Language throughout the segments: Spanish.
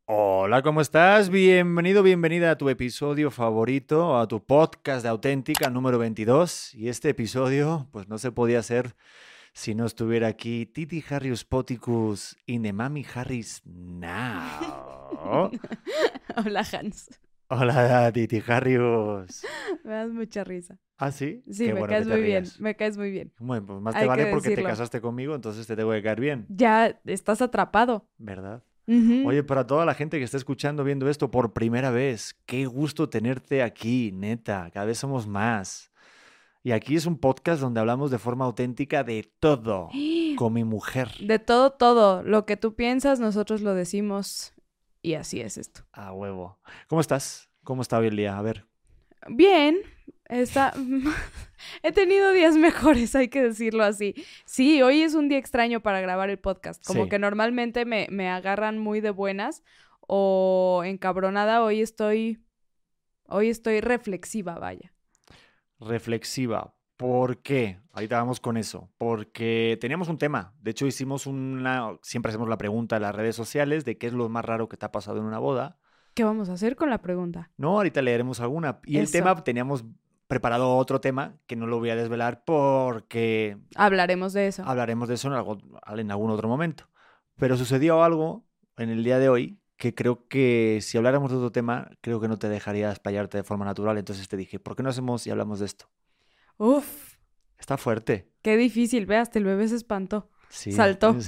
Hola, ¿cómo estás? Bienvenido, bienvenida a tu episodio favorito, a tu podcast de Auténtica número 22. Y este episodio, pues no se podía hacer si no estuviera aquí Titi Harrius Poticus in the Mami Harris now. Hola, Hans. Hola, Titi Harrius. Me das mucha risa. ¿Ah, sí? Sí, Qué me bueno que caes te muy bien. rías. Me caes muy bien. Bueno, pues más te Hay que vale porque te decirlo. casaste conmigo, entonces te tengo que caer bien, Ya estás atrapado. ¿verdad? Ujú. Oye, para toda la gente que está escuchando, viendo esto por primera vez, qué gusto tenerte aquí, neta. Cada vez somos más. Y aquí es un podcast donde hablamos de forma auténtica de todo, con mi mujer. De todo, todo. Lo que tú piensas, nosotros lo decimos. Y así es esto. A huevo. ¿Cómo estás? ¿Cómo está hoy el día? A ver. Bien. Está... He tenido días mejores, hay que decirlo así. Sí, hoy es un día extraño para grabar el podcast. Como Sí, que normalmente me agarran muy de buenas o encabronada. Hoy estoy reflexiva, vaya. reflexiva. ¿Por qué? Ahorita vamos con eso. Porque teníamos un tema. De hecho, siempre hacemos la pregunta en las redes sociales de qué es lo más raro que te ha pasado en una boda. ¿Qué vamos a hacer con la pregunta? No, ahorita leeremos alguna. Y el Eso. tema, teníamos preparado otro tema que no lo voy a desvelar porque Hablaremos de eso. hablaremos de eso en algún otro momento. Pero sucedió algo en el día de hoy que creo que si habláramos de otro tema, creo que no te dejaría explayarte de forma natural. Entonces te dije, ¿por qué no hacemos y hablamos de esto? Uf, Está fuerte. qué difícil. Ve, hasta el bebé se espantó. Sí. Saltó.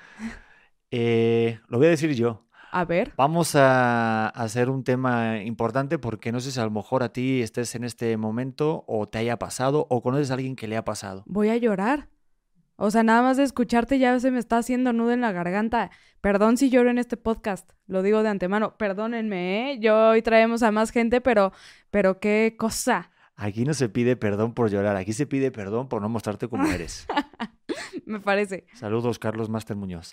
Lo voy a decir yo. A ver, Vamos a hacer un tema importante porque no sé si a lo mejor a ti estés en este momento o te haya pasado o conoces a alguien que le ha pasado. voy a llorar. O sea, nada más de escucharte ya se me está haciendo nudo en la garganta. Perdón si lloro en este podcast. Lo digo de antemano. Perdónenme, ¿eh? Yo hoy traemos a más gente, pero qué cosa. Aquí no se pide perdón por llorar, aquí se pide perdón por no mostrarte como eres. Me parece. Saludos, Carlos Master Muñoz.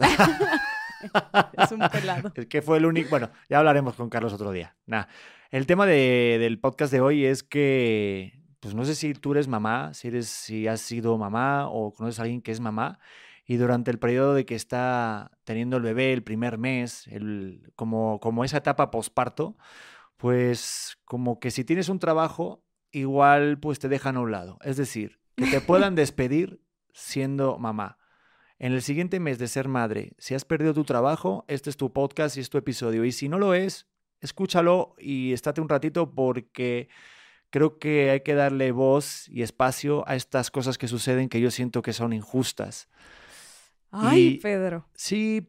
Es un pelado. Es que fue el único. Bueno, ya hablaremos con Carlos otro día. Nah. El tema del podcast de hoy es que, pues no sé si tú eres mamá, si has sido mamá o conoces a alguien que es mamá y durante el periodo de que está teniendo el bebé, el primer mes, como esa etapa posparto, pues como que si tienes un trabajo, igual pues te dejan a un lado. Es decir, que te puedan despedir siendo mamá. En el siguiente mes de ser madre, si has perdido tu trabajo, este es tu podcast y es tu episodio. Y si no lo es, escúchalo y estate un ratito porque creo que hay que darle voz y espacio a estas cosas que suceden que yo siento que son injustas. Ay, Y Pedro. sí,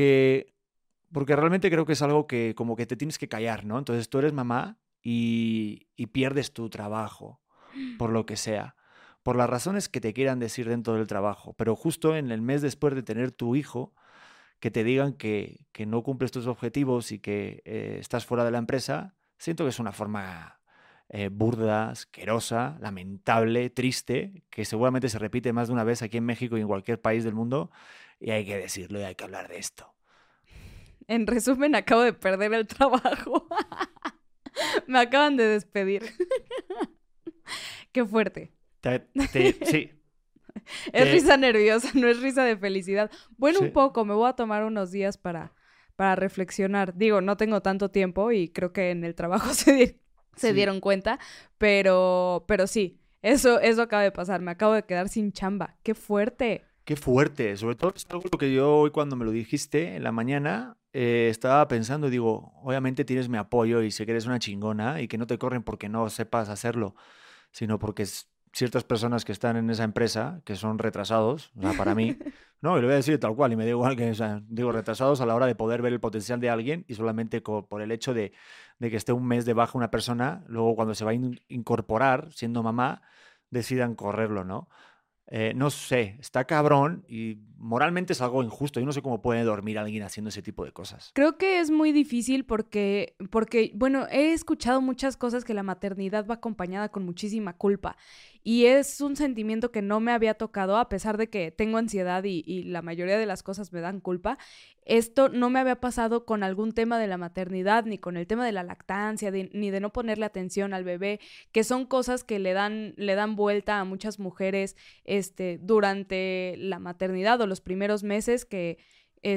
porque realmente creo que es algo que como que te tienes que callar, ¿no? Entonces tú eres mamá y pierdes tu trabajo, por lo que sea, por las razones que te quieran decir dentro del trabajo, pero justo en el mes después de tener tu hijo, que te digan que no cumples tus objetivos y que estás fuera de la empresa, siento que es una forma burda, asquerosa, lamentable, triste, que seguramente se repite más de una vez aquí en México y en cualquier país del mundo, y hay que decirlo y hay que hablar de esto. En resumen, acabo de perder el trabajo. Me acaban de despedir. Qué fuerte. Sí, Es te, risa nerviosa, no es risa de felicidad. Bueno, un sí, poco, me voy a tomar unos días para reflexionar. Digo, no tengo tanto tiempo y creo que en el trabajo se sí. dieron cuenta, pero sí, eso acaba de pasar. Me acabo de quedar sin chamba. ¡Qué fuerte! Qué fuerte, sobre todo es algo que yo hoy cuando me lo dijiste en la mañana estaba pensando, digo, obviamente tienes mi apoyo y sé que eres una chingona y que no te corren porque no sepas hacerlo, sino porque ciertas personas que están en esa empresa, que son retrasados, o sea, para mí, no, y lo voy a decir tal cual, y me da igual que, o sea, digo, retrasados a la hora de poder ver el potencial de alguien y solamente por el hecho de que esté un mes de baja una persona, luego cuando se va a incorporar siendo mamá, decidan correrlo, ¿no? No sé, está cabrón y moralmente es algo injusto. Yo no sé cómo puede dormir alguien haciendo ese tipo de cosas. Creo que es muy difícil porque, bueno, he escuchado muchas cosas que la maternidad va acompañada con muchísima culpa y es un sentimiento que no me había tocado a pesar de que tengo ansiedad y la mayoría de las cosas me dan culpa. Esto no me había pasado con algún tema de la maternidad, ni con el tema de la lactancia, ni de no ponerle atención al bebé, que son cosas que le dan vuelta a muchas mujeres durante la maternidad o los primeros meses que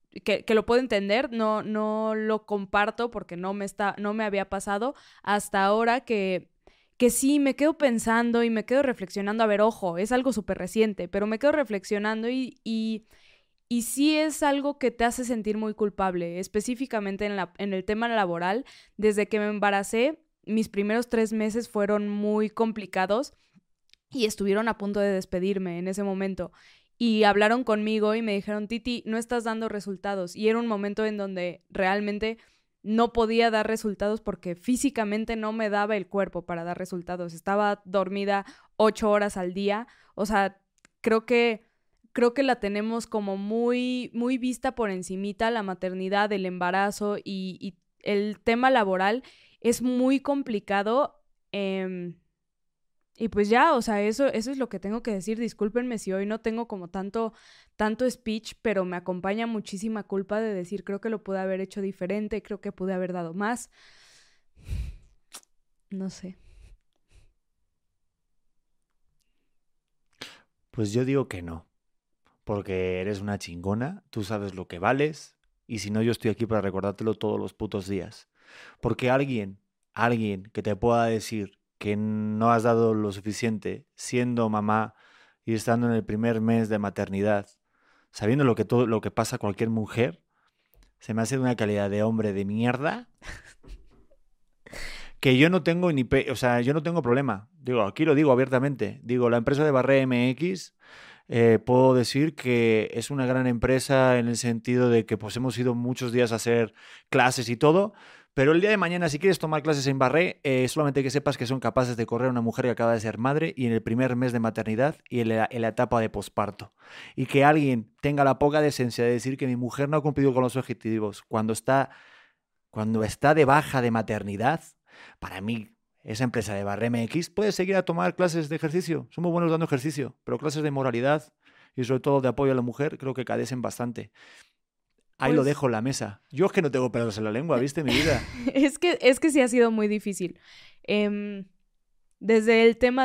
que lo puedo entender, no lo comparto porque no me había pasado hasta ahora que sí me quedo pensando y me quedo reflexionando. A ver, ojo, es algo súper reciente, pero me quedo reflexionando y sí es algo que te hace sentir muy culpable, específicamente en el tema laboral. Desde que me embaracé, mis primeros 3 meses fueron muy complicados y estuvieron a punto de despedirme en ese momento. Y hablaron conmigo y me dijeron, Titi, no estás dando resultados. Y era un momento en donde realmente no podía dar resultados porque físicamente no me daba el cuerpo para dar resultados. Estaba dormida 8 horas al día. O sea, creo que, creo que la tenemos como muy, muy vista por encimita, la maternidad, el embarazo y el tema laboral es muy complicado. Y pues ya, o sea, eso es lo que tengo que decir. Discúlpenme si hoy no tengo como tanto speech, pero me acompaña muchísima culpa de decir, creo que lo pude haber hecho diferente, creo que pude haber dado más. No sé. Pues yo digo que no, porque eres una chingona, tú sabes lo que vales, y si no, yo estoy aquí para recordártelo todos los putos días. Porque alguien que te pueda decir que no has dado lo suficiente siendo mamá y estando en el primer mes de maternidad, sabiendo todo lo que pasa a cualquier mujer, se me hace de una calidad de hombre de mierda que yo no tengo o sea, yo no tengo problema. Digo, aquí lo digo abiertamente. Digo, la empresa de Barré MX, puedo decir que es una gran empresa en el sentido de que pues hemos ido muchos días a hacer clases y todo, pero el día de mañana si quieres tomar clases en Barré, solamente que sepas que son capaces de correr a una mujer que acaba de ser madre y en el primer mes de maternidad y en la etapa de posparto. Y que alguien tenga la poca decencia de decir que mi mujer no ha cumplido con los objetivos cuando está de baja de maternidad, para mí, esa empresa de Barre MX puede seguir a tomar clases de ejercicio. Somos buenos dando ejercicio, pero clases de moralidad y sobre todo de apoyo a la mujer creo que carecen bastante. Ahí lo Pues dejo en la mesa. Yo es que no tengo pelos en la lengua, ¿viste mi vida? es que sí ha sido muy difícil. Em, Desde el tema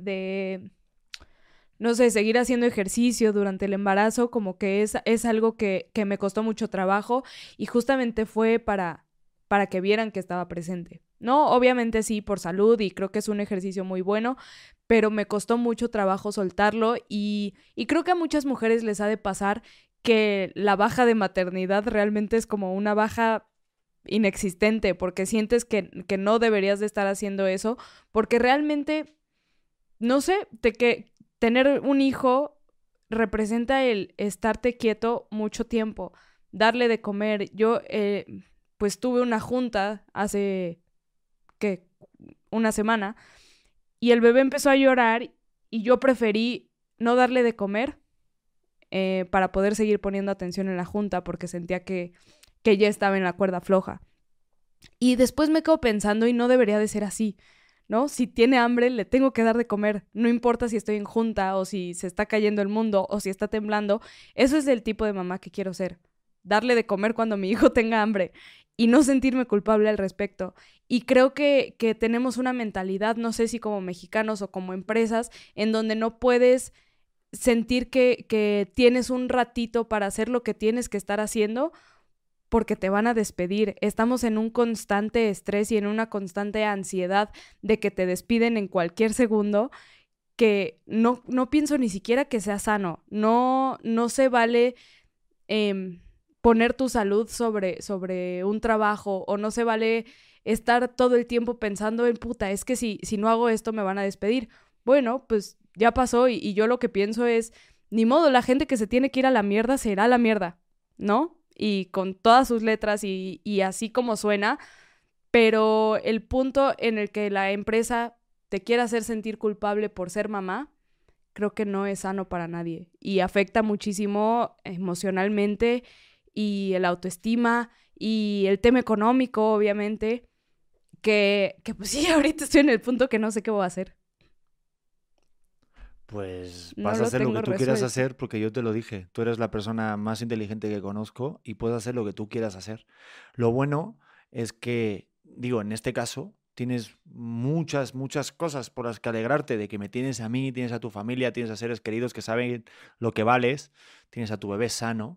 no sé, seguir haciendo ejercicio durante el embarazo, como que es algo que me costó mucho trabajo y justamente fue para que vieran que estaba presente. No, obviamente sí, por salud y creo que es un ejercicio muy bueno, pero me costó mucho trabajo soltarlo y creo que a muchas mujeres les ha de pasar que la baja de maternidad realmente es como una baja inexistente porque sientes que no deberías de estar haciendo eso porque realmente no sé, que tener un hijo representa el estarte quieto mucho tiempo, darle de comer. Yo, pues tuve una junta hace, ¿qué? Una semana y el bebé empezó a llorar y yo preferí no darle de comer para poder seguir poniendo atención en la junta porque sentía que ya estaba en la cuerda floja. Y después me quedo pensando y no debería de ser así. ¿No? Si tiene hambre, le tengo que dar de comer. No importa si estoy en junta o si se está cayendo el mundo o si está temblando. Eso es el tipo de mamá que quiero ser. Darle de comer cuando mi hijo tenga hambre y no sentirme culpable al respecto. Y creo que tenemos una mentalidad, no sé si como mexicanos o como empresas, en donde no puedes sentir que tienes un ratito para hacer lo que tienes que estar haciendo porque te van a despedir. Estamos en un constante estrés y en una constante ansiedad de que te despiden en cualquier segundo, que no pienso ni siquiera que sea sano. No se vale poner tu salud sobre un trabajo o no se vale estar todo el tiempo pensando en puta, es que si no hago esto me van a despedir. Bueno, pues ya pasó y yo lo que pienso es, ni modo, la gente que se tiene que ir a la mierda se irá a la mierda, ¿no? Y con todas sus letras y así como suena, pero el punto en el que la empresa te quiera hacer sentir culpable por ser mamá, creo que no es sano para nadie y afecta muchísimo emocionalmente y el autoestima y el tema económico, obviamente, que pues sí, ahorita estoy en el punto que no sé qué voy a hacer. Pues No vas a lo hacer lo que tengo tú quieras resuelto. hacer porque yo te lo dije. Tú eres la persona más inteligente que conozco y puedes hacer lo que tú quieras hacer. Lo bueno es que, digo, en este caso, tienes muchas, muchas cosas por las que alegrarte de que me tienes a mí, tienes a tu familia, tienes a seres queridos que saben lo que vales, tienes a tu bebé sano,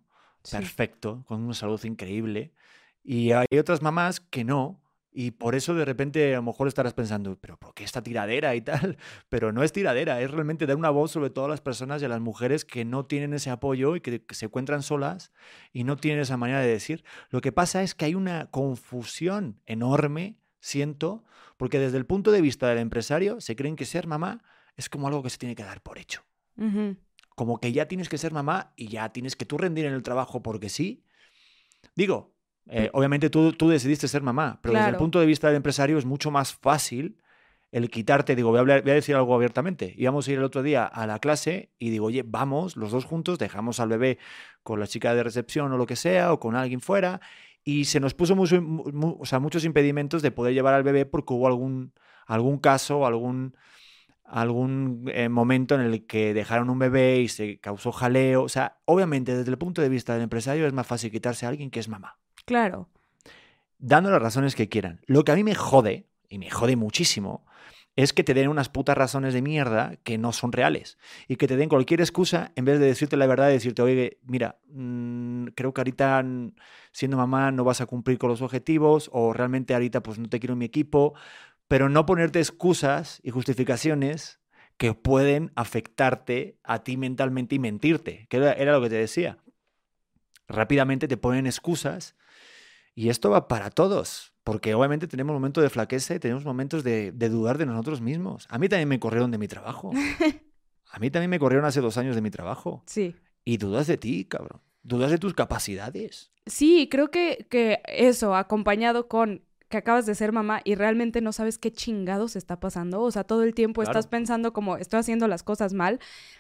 Sí. perfecto, con una salud increíble. Y hay otras mamás que no. Y por eso de repente a lo mejor estarás pensando, pero ¿por qué esta tiradera y tal? Pero no es tiradera, es realmente dar una voz sobre todo a las personas y a las mujeres que no tienen ese apoyo y que se encuentran solas y no tienen esa manera de decir. Lo que pasa es que hay una confusión enorme, siento, porque desde el punto de vista del empresario se creen que ser mamá es como algo que se tiene que dar por hecho. Ujú. Como que ya tienes que ser mamá y ya tienes que tú rendir en el trabajo porque sí. Digo, Pe- obviamente tú decidiste ser mamá, pero desde el Claro. punto de vista del empresario es mucho más fácil el quitarte. Digo, voy a decir algo abiertamente. Íbamos a ir el otro día a la clase y digo, oye, vamos los dos juntos, dejamos al bebé con la chica de recepción o lo que sea, o con alguien fuera, y se nos puso o sea, muchos impedimentos de poder llevar al bebé porque hubo algún caso, algún momento en el que dejaron un bebé y se causó jaleo. O sea, obviamente desde el punto de vista del empresario es más fácil quitarse a alguien que es mamá, Claro. dando las razones que quieran. Lo que a mí me jode, y me jode muchísimo, es que te den unas putas razones de mierda que no son reales y que te den cualquier excusa en vez de decirte la verdad y decirte, oye, mira, creo que ahorita siendo mamá no vas a cumplir con los objetivos o realmente ahorita pues no te quiero en mi equipo, pero no ponerte excusas y justificaciones que pueden afectarte a ti mentalmente y mentirte, que era lo que te decía. Rápidamente te ponen excusas y esto va para todos, porque obviamente tenemos momentos de flaqueza y tenemos momentos de dudar de nosotros mismos. A mí también me corrieron de mi trabajo. A mí también me corrieron hace 2 años de mi trabajo. Sí. Y dudas de ti, cabrón. Dudas de tus capacidades. Sí, creo que eso, acompañado con que acabas de ser mamá y realmente no sabes qué chingados está pasando, o sea, todo el tiempo estás Claro. pensando como estoy haciendo las cosas mal,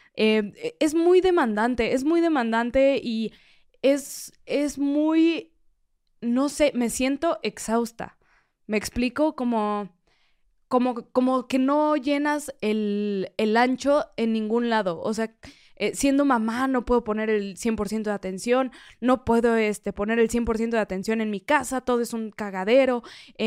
es muy demandante y es muy, no sé, me siento exhausta. Me explico como que no llenas el ancho en ningún lado. O sea, siendo mamá no puedo poner el 100% de atención, no puedo poner el 100% de atención en mi casa, todo es un cagadero,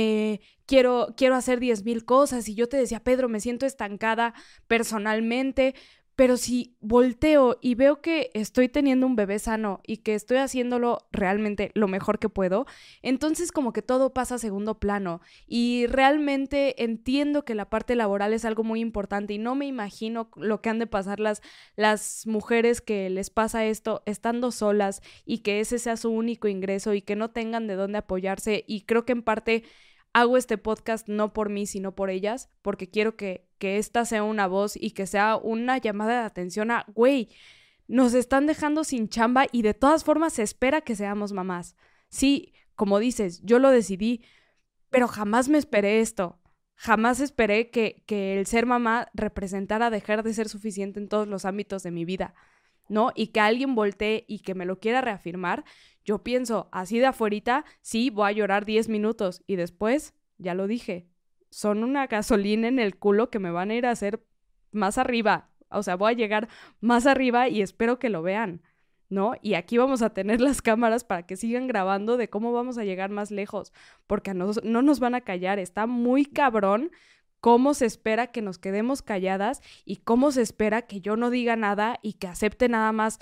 quiero hacer 10,000 cosas y yo te decía, Pedro, me siento estancada personalmente. Pero si volteo y veo que estoy teniendo un bebé sano y que estoy haciéndolo realmente lo mejor que puedo, entonces como que todo pasa a segundo plano. Y realmente entiendo que la parte laboral es algo muy importante y no me imagino lo que han de pasar las mujeres que les pasa esto estando solas y que ese sea su único ingreso y que no tengan de dónde apoyarse. Y creo que en parte hago este podcast no por mí, sino por ellas, porque quiero que esta sea una voz y que sea una llamada de atención a, güey, nos están dejando sin chamba y de todas formas se espera que seamos mamás. Sí, como dices, yo lo decidí, pero jamás me esperé esto. Jamás esperé que el ser mamá representara dejar de ser suficiente en todos los ámbitos de mi vida, ¿no? Y que alguien voltee y que me lo quiera reafirmar, yo pienso, así de afuerita, sí, voy a llorar 10 minutos y después, ya lo dije, son una gasolina en el culo que me van a ir a hacer más arriba. O sea, voy a llegar más arriba y espero que lo vean, ¿no? Y aquí vamos a tener las cámaras para que sigan grabando de cómo vamos a llegar más lejos, porque no nos van a callar. Está muy cabrón cómo se espera que nos quedemos calladas y cómo se espera que yo no diga nada y que acepte nada más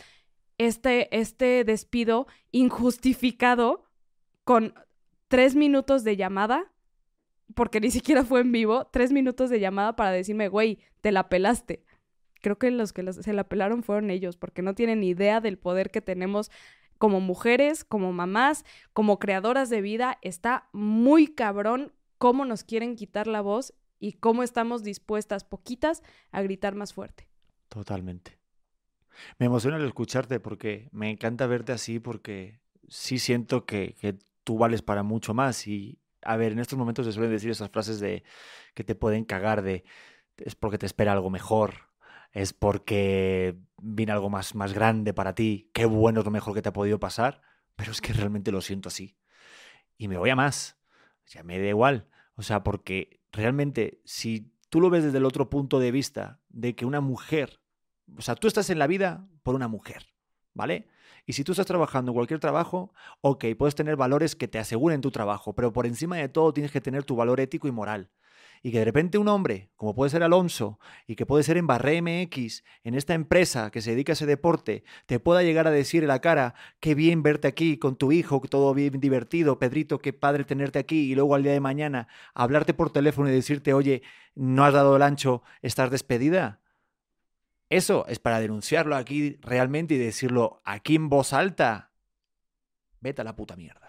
este despido injustificado con 3 minutos de llamada, porque ni siquiera fue en vivo, 3 minutos de llamada para decirme, güey, te la pelaste. Creo que los que se la pelaron fueron ellos, porque no tienen idea del poder que tenemos como mujeres, como mamás, como creadoras de vida. Está muy cabrón cómo nos quieren quitar la voz y cómo estamos dispuestas, poquitas, a gritar más fuerte. Totalmente. Me emociona el escucharte porque me encanta verte así porque sí siento que tú vales para mucho más y, a ver, en estos momentos se suelen decir esas frases de que te pueden cagar de es porque te espera algo mejor, es porque viene algo más grande para ti, qué bueno es lo mejor que te ha podido pasar, pero es que realmente lo siento así y me voy a más, ya me da igual, o sea, porque realmente si tú lo ves desde el otro punto de vista de que una mujer, o sea, tú estás en la vida por una mujer, ¿vale? Y si tú estás trabajando en cualquier trabajo, ok, puedes tener valores que te aseguren tu trabajo, pero por encima de todo tienes que tener tu valor ético y moral. y que de repente un hombre, como puede ser Alonso, y que puede ser en Barré MX, en esta empresa que se dedica a ese deporte, te pueda llegar a decir en la cara, qué bien verte aquí con tu hijo, todo bien divertido, Pedrito, qué padre tenerte aquí, y luego al día de mañana hablarte por teléfono y decirte, oye, no has dado el ancho, estás despedida. Eso es para denunciarlo aquí realmente y decirlo aquí en voz alta. Vete a la puta mierda.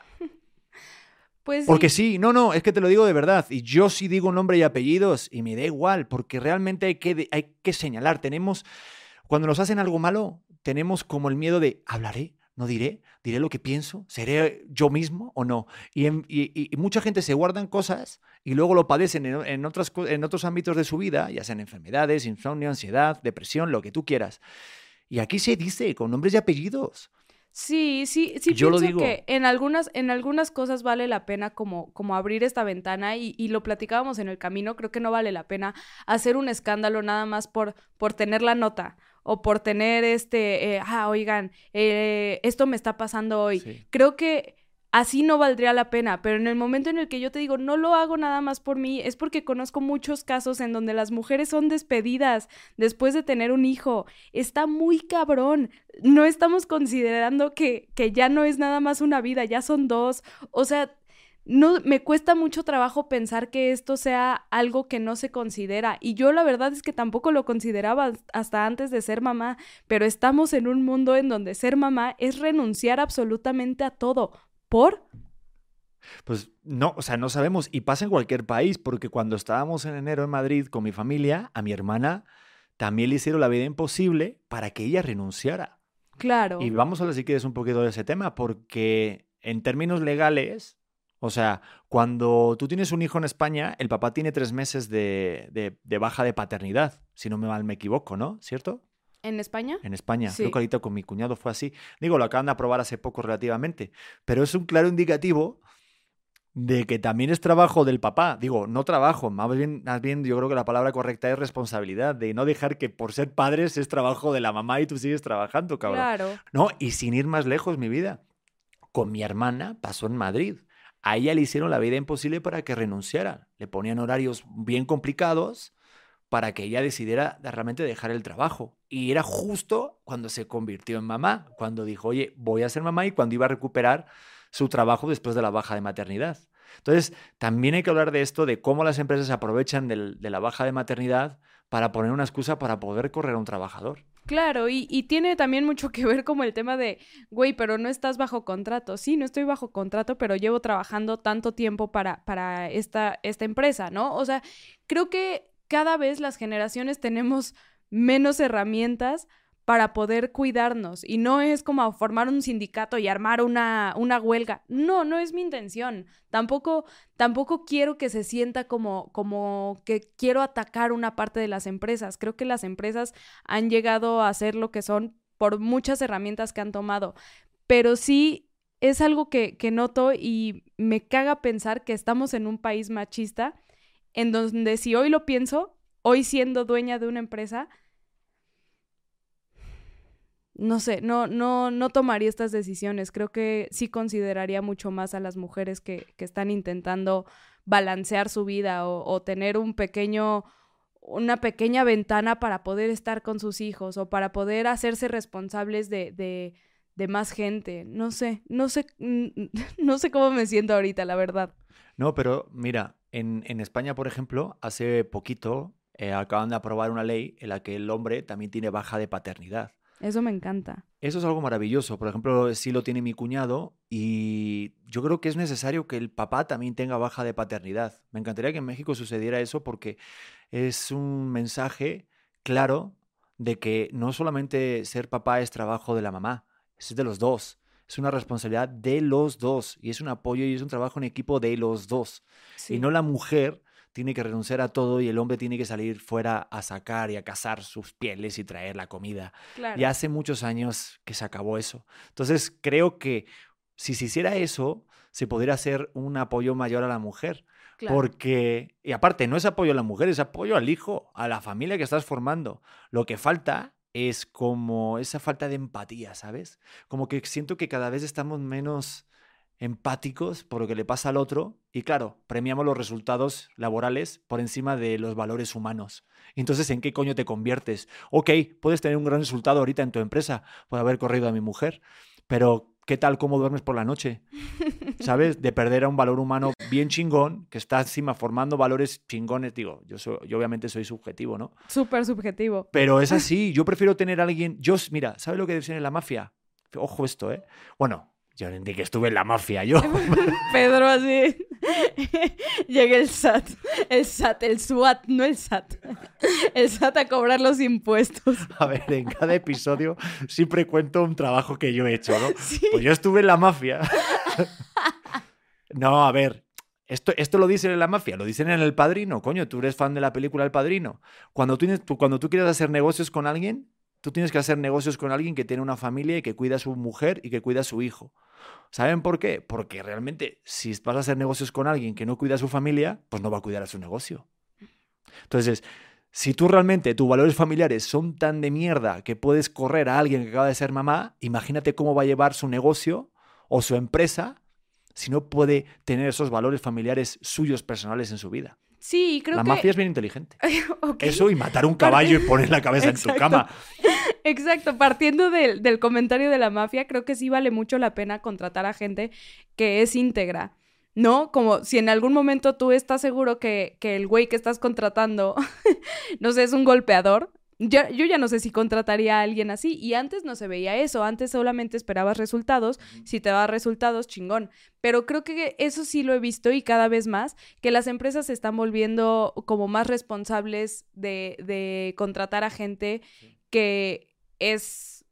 Pues Porque sí. sí, no, es que te lo digo de verdad. Y yo sí digo nombre y apellidos y me da igual, porque realmente hay que señalar. Cuando nos hacen algo malo, tenemos como el miedo de, ¿hablaré? ¿No diré? ¿Diré lo que pienso? ¿Seré yo mismo o no? Y mucha gente se guardan cosas y luego lo padecen en otros ámbitos de su vida, ya sean enfermedades, insomnio, ansiedad, depresión, lo que tú quieras. Y aquí se dice con nombres y apellidos. Sí Yo lo pienso que digo. en algunas cosas vale la pena como abrir esta ventana y lo platicábamos en el camino, creo que no vale la pena hacer un escándalo nada más por tener la nota o por tener oigan, esto me está pasando hoy. Sí. Creo que así no valdría la pena, pero en el momento en el que yo te digo, no lo hago nada más por mí, es porque conozco muchos casos en donde las mujeres son despedidas después de tener un hijo. Está muy cabrón. No estamos considerando que ya no es nada más una vida, ya son dos. O sea, no, me cuesta mucho trabajo pensar que esto sea algo que no se considera. Y yo la verdad es que tampoco lo consideraba hasta antes de ser mamá, pero estamos en un mundo en donde ser mamá es renunciar absolutamente a todo. ¿Por? Pues no, o sea, no sabemos. Y pasa en cualquier país, porque cuando estábamos en enero en Madrid con mi familia, a mi hermana también le hicieron la vida imposible para que ella renunciara. Y Claro. vamos a hablar si quieres un poquito de ese tema, porque en términos legales, o sea, cuando tú tienes un hijo en España, el papá tiene 3 meses de baja de paternidad, si no me equivoco, ¿no? ¿Cierto? ¿En España? En España. Creo que Sí. ahorita con mi cuñado fue así. Digo, lo acaban de aprobar hace poco relativamente, pero es un claro indicativo de que también es trabajo del papá. Digo, no trabajo, más bien yo creo que la palabra correcta es responsabilidad, de no dejar que por ser padres es trabajo de la mamá y tú sigues trabajando, cabrón. Claro. No, y sin ir más lejos, mi vida. Con mi hermana pasó en Madrid. A ella le hicieron la vida imposible para que renunciara. Le ponían horarios bien complicados para que ella decidiera realmente dejar el trabajo. Y era justo cuando se convirtió en mamá, cuando dijo, oye, voy a ser mamá y cuando iba a recuperar su trabajo después de la baja de maternidad. Entonces, también hay que hablar de esto, de cómo las empresas se aprovechan de la baja de maternidad para poner una excusa para poder correr a un trabajador. Claro, y tiene también mucho que ver como el tema de, güey, pero no estás bajo contrato. Sí, no estoy bajo contrato, pero llevo trabajando tanto tiempo para esta empresa, ¿no? O sea, creo que cada vez las generaciones tenemos menos herramientas para poder cuidarnos. Y no es como formar un sindicato y armar una huelga. No, no es mi intención. Tampoco quiero que se sienta como que quiero atacar una parte de las empresas. Creo que las empresas han llegado a ser lo que son por muchas herramientas que han tomado. Pero sí es algo que noto y me caga pensar que estamos en un país machista en donde si hoy lo pienso, hoy siendo dueña de una empresa, no sé, no tomaría estas decisiones. Creo que sí consideraría mucho más a las mujeres que están intentando balancear su vida o tener una pequeña ventana para poder estar con sus hijos o para poder hacerse responsables de más gente. No sé, no sé cómo me siento ahorita, la verdad. No, pero mira, en España, por ejemplo, hace poquito acaban de aprobar una ley en la que el hombre también tiene baja de paternidad. Eso me encanta. Eso es algo maravilloso. Por ejemplo, sí lo tiene mi cuñado y yo creo que es necesario que el papá también tenga baja de paternidad. Me encantaría que en México sucediera eso porque es un mensaje claro de que no solamente ser papá es trabajo de la mamá, es de los dos. Es una responsabilidad de los dos y es un apoyo y es un trabajo en equipo de los dos. Y Sí, no la mujer tiene que renunciar a todo y el hombre tiene que salir fuera a sacar y a cazar sus pieles y traer la comida. Ya claro, hace muchos años que se acabó eso. Entonces creo que si se hiciera eso, se podría hacer un apoyo mayor a la mujer. claro. Porque, y aparte, no es apoyo a la mujer, es apoyo al hijo, a la familia que estás formando. Lo que falta es como esa falta de empatía, ¿sabes? Como que siento que cada vez estamos menos empáticos por lo que le pasa al otro y claro, premiamos los resultados laborales por encima de los valores humanos. Entonces, ¿en qué coño te conviertes? Ok, puedes tener un gran resultado ahorita en tu empresa por haber corrido a mi mujer, pero ¿qué tal cómo duermes por la noche? ¿Sabes? De perder a un valor humano bien chingón, que está encima formando valores chingones. Digo, yo obviamente soy subjetivo, ¿no? Súper subjetivo. Pero es así, yo prefiero tener a alguien... Mira, ¿sabes lo que dicen en la mafia? Ojo esto, ¿eh? Bueno, yo ni que estuve en la mafia, yo. Pedro así. Llega el SAT. El SWAT, no el SAT. El SAT a cobrar los impuestos. A ver, en cada episodio siempre cuento un trabajo que yo he hecho, ¿no? Sí. Pues yo estuve en la mafia. No, a ver, esto lo dicen en la mafia, lo dicen en El Padrino. Coño, tú eres fan de la película El Padrino. Cuando tú quieres hacer negocios con alguien, tú tienes que hacer negocios con alguien que tiene una familia y que cuida a su mujer y que cuida a su hijo. ¿Saben por qué? Porque realmente si vas a hacer negocios con alguien que no cuida a su familia, pues no va a cuidar a su negocio. Entonces, si tú realmente tus valores familiares son tan de mierda que puedes correr a alguien que acaba de ser mamá, imagínate cómo va a llevar su negocio o su empresa si no puede tener esos valores familiares suyos personales en su vida. Sí, creo La que... mafia es bien inteligente. Okay. Eso y matar un caballo y poner la cabeza en tu cama. Exacto, partiendo del comentario de la mafia, creo que sí vale mucho la pena contratar a gente que es íntegra, ¿no? Como si en algún momento tú estás seguro que el güey que estás contratando, no sé, es un golpeador. Yo ya no sé si contrataría a alguien así. Y antes no se veía eso. Antes solamente esperabas resultados. Si te daba resultados, chingón. Pero creo que eso sí lo he visto y cada vez más, que las empresas se están volviendo como más responsables de contratar a gente que es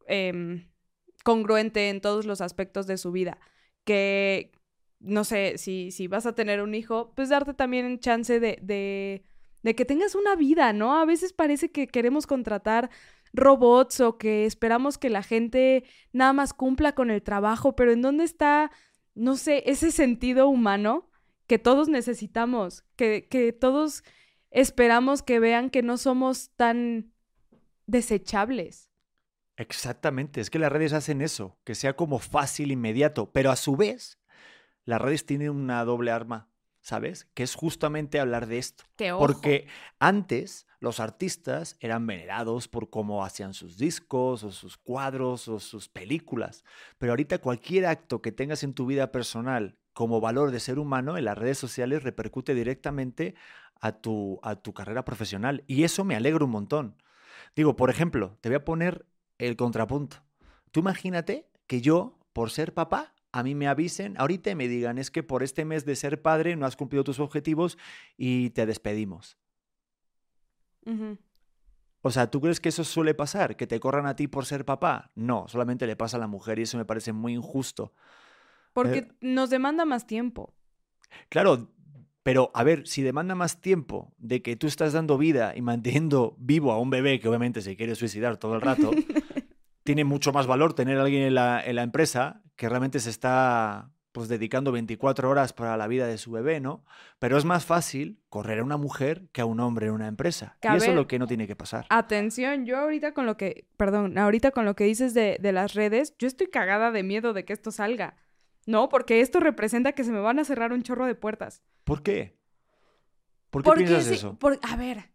congruente en todos los aspectos de su vida. Que, no sé, si vas a tener un hijo, pues darte también chance de que tengas una vida, ¿no? A veces parece que queremos contratar robots o que esperamos que la gente nada más cumpla con el trabajo, pero ¿en dónde está, no sé, ese sentido humano que todos necesitamos? Que todos esperamos que vean que no somos tan desechables. Exactamente, es que las redes hacen eso, que sea como fácil, inmediato, pero a su vez, las redes tienen una doble arma, ¿sabes? Que es justamente hablar de esto. ¡Qué ojo! Porque antes los artistas eran venerados por cómo hacían sus discos o sus cuadros o sus películas, pero ahorita cualquier acto que tengas en tu vida personal como valor de ser humano en las redes sociales repercute directamente a tu carrera profesional y eso me alegra un montón. Digo, por ejemplo, te voy a poner el contrapunto. Tú imagínate que yo, por ser papá, a mí me avisen ahorita y me digan, es que por este mes de ser padre no has cumplido tus objetivos y te despedimos. Uh-huh. O sea, ¿tú crees que eso suele pasar? ¿Que te corran a ti por ser papá? No, solamente le pasa a la mujer y eso me parece muy injusto. Porque nos demanda más tiempo. Claro, pero a ver, si demanda más tiempo de que tú estás dando vida y manteniendo vivo a un bebé que obviamente se quiere suicidar todo el rato, tiene mucho más valor tener a alguien en la empresa que realmente se está pues dedicando 24 horas para la vida de su bebé, ¿no? Pero es más fácil correr a una mujer que a un hombre en una empresa. Y eso es lo que no tiene que pasar. Atención, yo ahorita con lo que dices de las redes, yo estoy cagada de miedo de que esto salga. No, porque esto representa que se me van a cerrar un chorro de puertas. ¿Por qué? ¿Por qué piensas eso? A ver,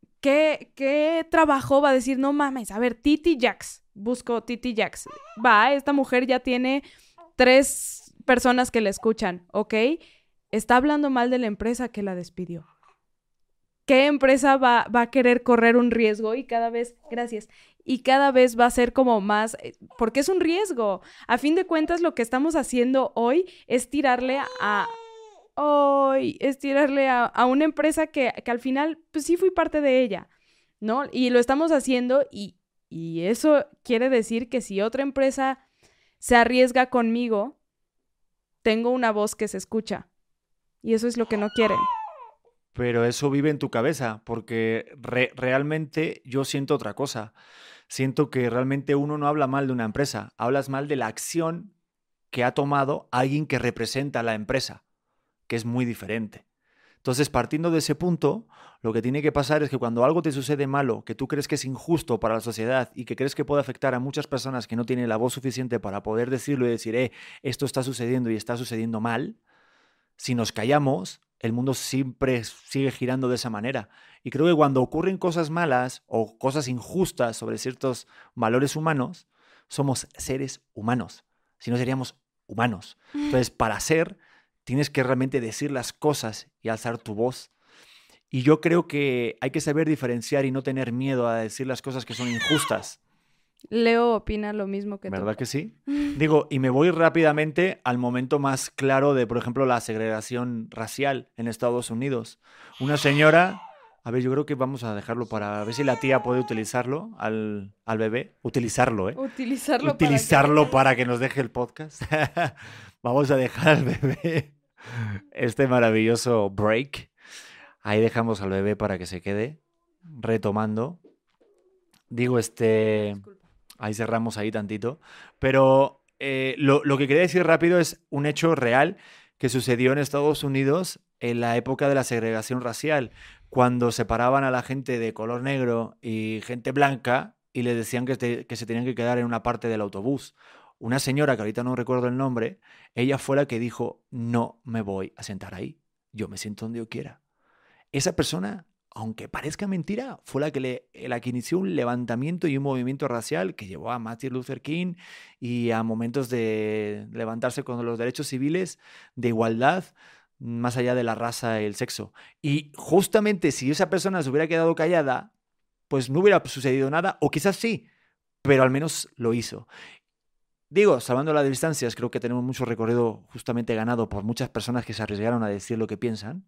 ¿qué trabajo va a decir? No mames, a ver, Titi Jax. Busco Titi Jax. Va, esta mujer ya tiene 3 personas que la escuchan, ¿ok? Está hablando mal de la empresa que la despidió. ¿Qué empresa va a querer correr un riesgo y cada vez, gracias, y cada vez va a ser como más, porque es un riesgo? A fin de cuentas, lo que estamos haciendo hoy es tirarle a una empresa que al final, pues sí fui parte de ella, ¿no? Y lo estamos haciendo y eso quiere decir que si otra empresa se arriesga conmigo, tengo una voz que se escucha. Y eso es lo que no quieren. Pero eso vive en tu cabeza, porque realmente yo siento otra cosa. Siento que realmente uno no habla mal de una empresa, hablas mal de la acción que ha tomado alguien que representa a la empresa, que es muy diferente. Entonces, partiendo de ese punto, lo que tiene que pasar es que cuando algo te sucede malo, que tú crees que es injusto para la sociedad y que crees que puede afectar a muchas personas que no tienen la voz suficiente para poder decirlo y decir, esto está sucediendo y está sucediendo mal, si nos callamos, el mundo siempre sigue girando de esa manera. Y creo que cuando ocurren cosas malas o cosas injustas sobre ciertos valores humanos, somos seres humanos. Si no, seríamos humanos. Entonces, para ser, tienes que realmente decir las cosas y alzar tu voz. Y yo creo que hay que saber diferenciar y no tener miedo a decir las cosas que son injustas. Leo opina lo mismo que tú. ¿Verdad que sí? Digo, y me voy rápidamente al momento más claro de, por ejemplo, la segregación racial en Estados Unidos. Una señora, a ver, yo creo que vamos a dejarlo para ver si la tía puede utilizarlo al bebé. Utilizarlo, ¿eh? Utilizarlo para que nos deje el podcast. Vamos a dejar al bebé este maravilloso break. Ahí dejamos al bebé para que se quede retomando. Digo, Disculpa. ahí cerramos ahí tantito. Pero lo que quería decir rápido es un hecho real que sucedió en Estados Unidos en la época de la segregación racial, cuando separaban a la gente de color negro y gente blanca y les decían que se tenían que quedar en una parte del autobús. Una señora, que ahorita no recuerdo el nombre, ella fue la que dijo, no me voy a sentar ahí, yo me siento donde yo quiera. Esa persona, aunque parezca mentira, fue la que inició un levantamiento y un movimiento racial que llevó a Martin Luther King y a momentos de levantarse con los derechos civiles, de igualdad, más allá de la raza y el sexo. Y justamente si esa persona se hubiera quedado callada, pues no hubiera sucedido nada, o quizás sí, pero al menos lo hizo. Digo, salvando las distancias, creo que tenemos mucho recorrido justamente ganado por muchas personas que se arriesgaron a decir lo que piensan.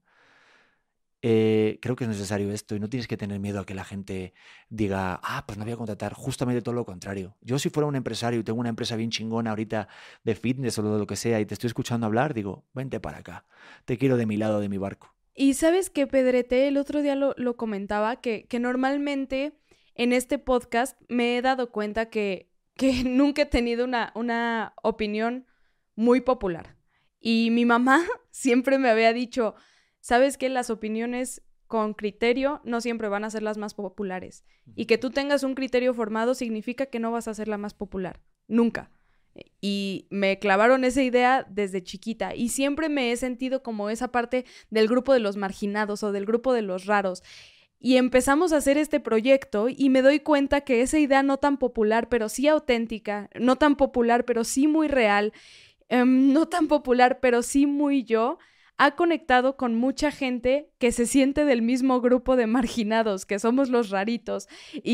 Creo que es necesario esto y no tienes que tener miedo a que la gente diga, pues no voy a contratar. Justamente todo lo contrario. Yo, si fuera un empresario y tengo una empresa bien chingona ahorita de fitness o de lo que sea y te estoy escuchando hablar, digo, vente para acá, te quiero de mi lado de mi barco. Y sabes que, Pedrete, el otro día lo comentaba, que normalmente en este podcast me he dado cuenta que nunca he tenido una opinión muy popular. Y mi mamá siempre me había dicho, sabes que las opiniones con criterio no siempre van a ser las más populares. Y que tú tengas un criterio formado significa que no vas a ser la más popular. Nunca. Y me clavaron esa idea desde chiquita. Y siempre me he sentido como esa parte del grupo de los marginados o del grupo de los raros. Y empezamos a hacer este proyecto y me doy cuenta que esa idea no tan popular, pero sí auténtica, no tan popular, pero sí muy real, no tan popular, pero sí muy yo, ha conectado con mucha gente que se siente del mismo grupo de marginados, que somos los raritos.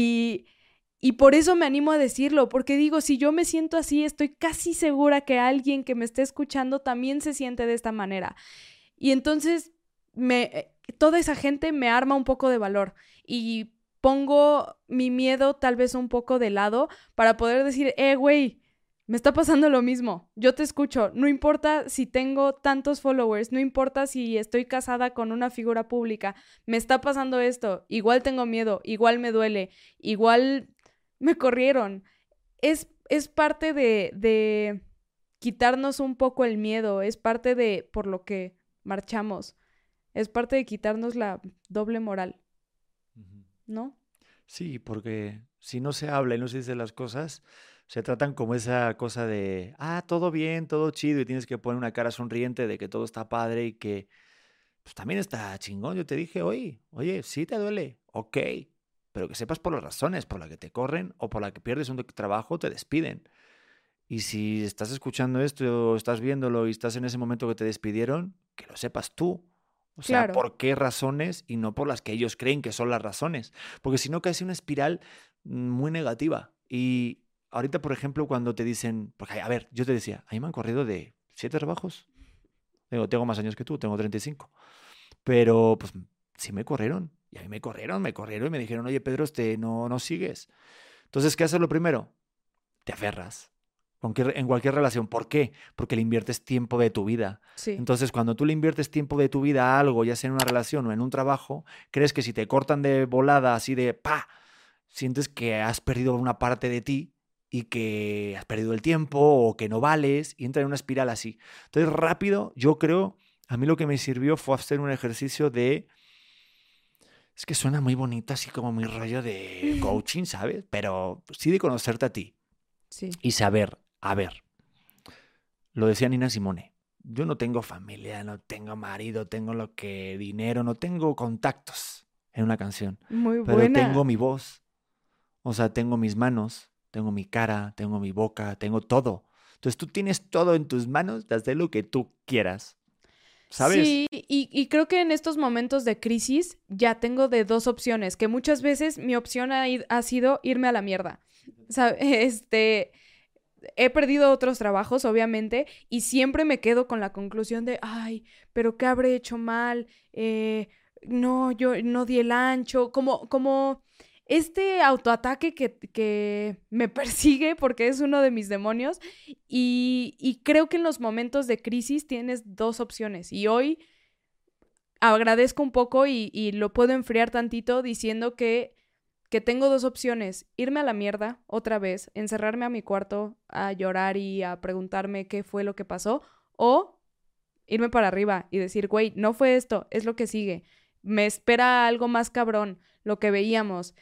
Y por eso me animo a decirlo, porque digo, si yo me siento así, estoy casi segura que alguien que me esté escuchando también se siente de esta manera. Y entonces toda esa gente me arma un poco de valor y pongo mi miedo tal vez un poco de lado para poder decir, güey, me está pasando lo mismo, yo te escucho, no importa si tengo tantos followers, no importa si estoy casada con una figura pública, me está pasando esto, igual tengo miedo, igual me duele, igual me corrieron. Es parte de quitarnos un poco el miedo, es parte de por lo que marchamos, es parte de quitarnos la doble moral, ¿no? Sí, porque si no se habla y no se dice las cosas, se tratan como esa cosa de, todo bien, todo chido, y tienes que poner una cara sonriente de que todo está padre y que pues también está chingón. Yo te dije, oye, sí te duele, ok, pero que sepas por las razones por las que te corren o por las que pierdes un trabajo, te despiden. Y si estás escuchando esto o estás viéndolo y estás en ese momento que te despidieron, que lo sepas tú. O sea, Claro. por qué razones y no por las que ellos creen que son las razones. Porque si no, caes en una espiral muy negativa. Y ahorita, por ejemplo, cuando te dicen, porque a ver, yo te decía, a mí me han corrido de 7 trabajos. Tengo más años que tú, tengo 35. Pero pues sí me corrieron. Y a mí me corrieron y me dijeron, oye, Pedro, no sigues. Entonces, ¿qué haces lo primero? Te aferras. En cualquier relación. ¿Por qué? Porque le inviertes tiempo de tu vida. Sí. Entonces, cuando tú le inviertes tiempo de tu vida a algo, ya sea en una relación o en un trabajo, crees que si te cortan de volada, así de ¡pa!, sientes que has perdido una parte de ti y que has perdido el tiempo o que no vales y entra en una espiral así. Entonces, rápido, yo creo A mí lo que me sirvió fue hacer un ejercicio de... Es que suena muy bonito, así como muy rollo de coaching, ¿sabes? Pero sí de conocerte a ti Sí. y saber, a ver, lo decía Nina Simone, yo no tengo familia, no tengo marido, tengo lo que dinero, no tengo contactos en una canción, Muy pero buena. tengo mi voz, o sea, tengo mis manos, tengo mi cara, tengo mi boca, tengo todo. Entonces tú tienes todo en tus manos de hacer lo que tú quieras, ¿sabes? Sí, y creo que en estos momentos de crisis ya tengo de dos opciones, que muchas veces mi opción ha sido irme a la mierda. He perdido otros trabajos, obviamente, y siempre me quedo con la conclusión de, ay, pero ¿qué habré hecho mal? No, yo no di el ancho, como este autoataque que me persigue porque es uno de mis demonios, y creo que en los momentos de crisis tienes dos opciones, y hoy agradezco un poco y lo puedo enfriar tantito diciendo que tengo dos opciones: irme a la mierda otra vez, encerrarme a mi cuarto a llorar y a preguntarme qué fue lo que pasó, o irme para arriba y decir, güey, no fue esto, es lo que sigue. Me espera algo más cabrón. Lo que veíamos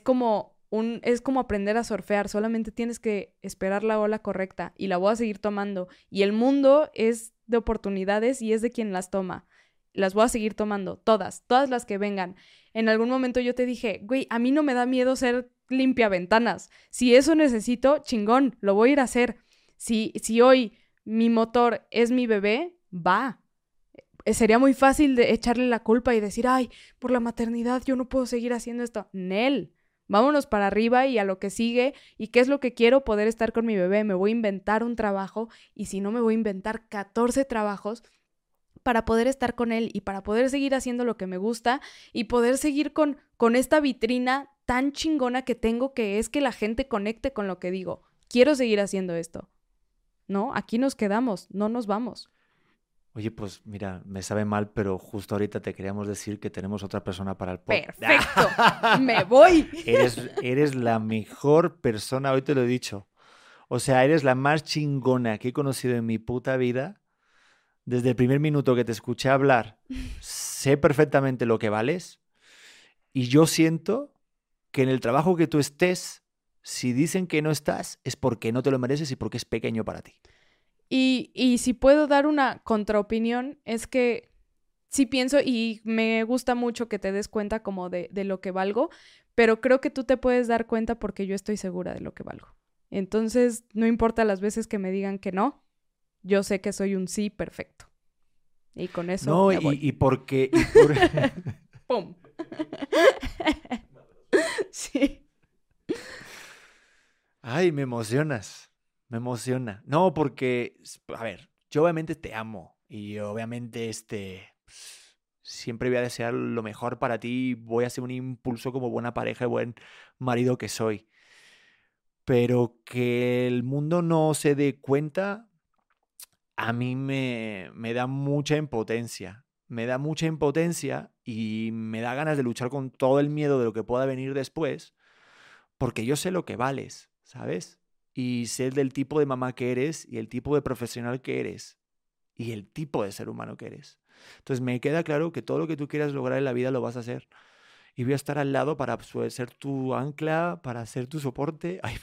es como aprender a surfear, solamente tienes que esperar la ola correcta y la voy a seguir tomando. Y el mundo es de oportunidades y es de quien las toma. Las voy a seguir tomando, todas las que vengan. En algún momento yo te dije, güey, a mí no me da miedo ser limpia ventanas. Si eso necesito, chingón, lo voy a ir a hacer. Si hoy mi motor es mi bebé, va. Sería muy fácil de echarle la culpa y decir, ay, por la maternidad yo no puedo seguir haciendo esto. Nel, vámonos para arriba y a lo que sigue. ¿Y qué es lo que quiero? Poder estar con mi bebé. Me voy a inventar un trabajo, y si no, me voy a inventar 14 trabajos para poder estar con él y para poder seguir haciendo lo que me gusta y poder seguir con esta vitrina tan chingona que tengo, que es que la gente conecte con lo que digo. Quiero seguir haciendo esto. No, aquí nos quedamos, no nos vamos. Oye, pues mira, me sabe mal, pero justo ahorita te queríamos decir que tenemos otra persona para el pod. Perfecto, me voy. Eres la mejor persona, hoy te lo he dicho. O sea, eres la más chingona que he conocido en mi puta vida. Desde el primer minuto que te escuché hablar, sé perfectamente lo que vales. Y yo siento que en el trabajo que tú estés, si dicen que no estás, es porque no te lo mereces y porque es pequeño para ti. Y si puedo dar una contraopinión, es que sí pienso y me gusta mucho que te des cuenta como de lo que valgo, pero creo que tú te puedes dar cuenta porque yo estoy segura de lo que valgo. Entonces, no importa las veces que me digan que no, yo sé que soy un sí perfecto. Y con eso No, me voy. y porque... Y por... ¡Pum! Sí. Ay, me emocionas. Me emociona. No, porque, a ver, yo obviamente te amo y obviamente siempre voy a desear lo mejor para ti, voy a ser un impulso como buena pareja y buen marido que soy. Pero que el mundo no se dé cuenta, a mí me da mucha impotencia. Me da mucha impotencia y me da ganas de luchar con todo el miedo de lo que pueda venir después, porque yo sé lo que vales, ¿sabes? Y sé del tipo de mamá que eres y el tipo de profesional que eres y el tipo de ser humano que eres. Entonces me queda claro que todo lo que tú quieras lograr en la vida lo vas a hacer. Y voy a estar al lado para ser tu ancla, para ser tu soporte, ay,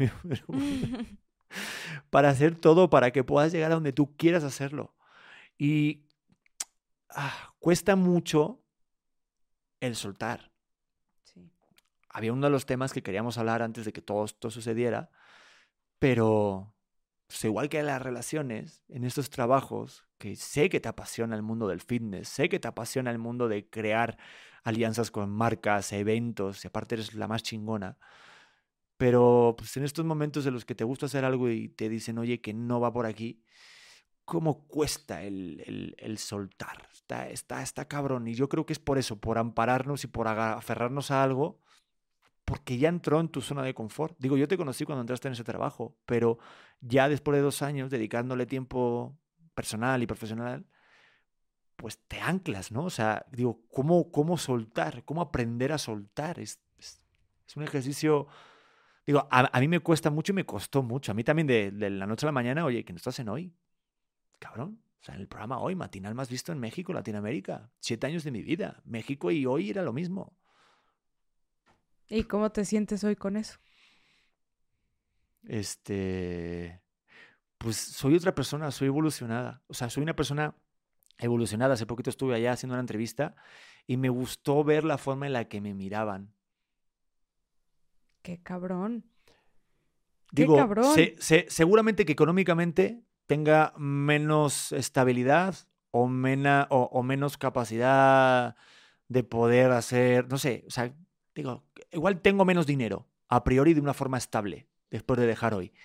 para hacer todo para que puedas llegar a donde tú quieras hacerlo. Y cuesta mucho el soltar. Sí. Había uno de los temas que queríamos hablar antes de que todo esto sucediera, pero pues igual que en las relaciones, en estos trabajos, que sé que te apasiona el mundo del fitness, sé que te apasiona el mundo de crear alianzas con marcas, eventos, y aparte eres la más chingona, pero pues en estos momentos en los que te gusta hacer algo y te dicen, oye, que no va por aquí, ¿cómo cuesta el soltar? Está cabrón. Y yo creo que es por eso, por ampararnos y por aferrarnos a algo, porque ya entró en tu zona de confort. Digo, yo te conocí cuando entraste en ese trabajo, pero ya después de 2 años dedicándole tiempo personal y profesional, pues te anclas, ¿no? O sea, digo, ¿cómo soltar? ¿Cómo aprender a soltar? Es un ejercicio, digo, a mí me cuesta mucho y me costó mucho. A mí también de la noche a la mañana, oye, que no estás en hoy, cabrón. sea, en el programa Hoy, matinal más visto en México, Latinoamérica. 7 años de mi vida. México y Hoy era lo mismo. ¿Y cómo te sientes hoy con eso? Pues soy otra persona, soy evolucionada. O sea, soy una persona evolucionada. Hace poquito estuve allá haciendo una entrevista y me gustó ver la forma en la que me miraban. ¡Qué cabrón! ¡Qué Digo, cabrón! seguramente que económicamente tenga menos estabilidad o menos capacidad de poder hacer, no sé, o sea, digo, igual tengo menos dinero, a priori de una forma estable, después de dejar Hoy.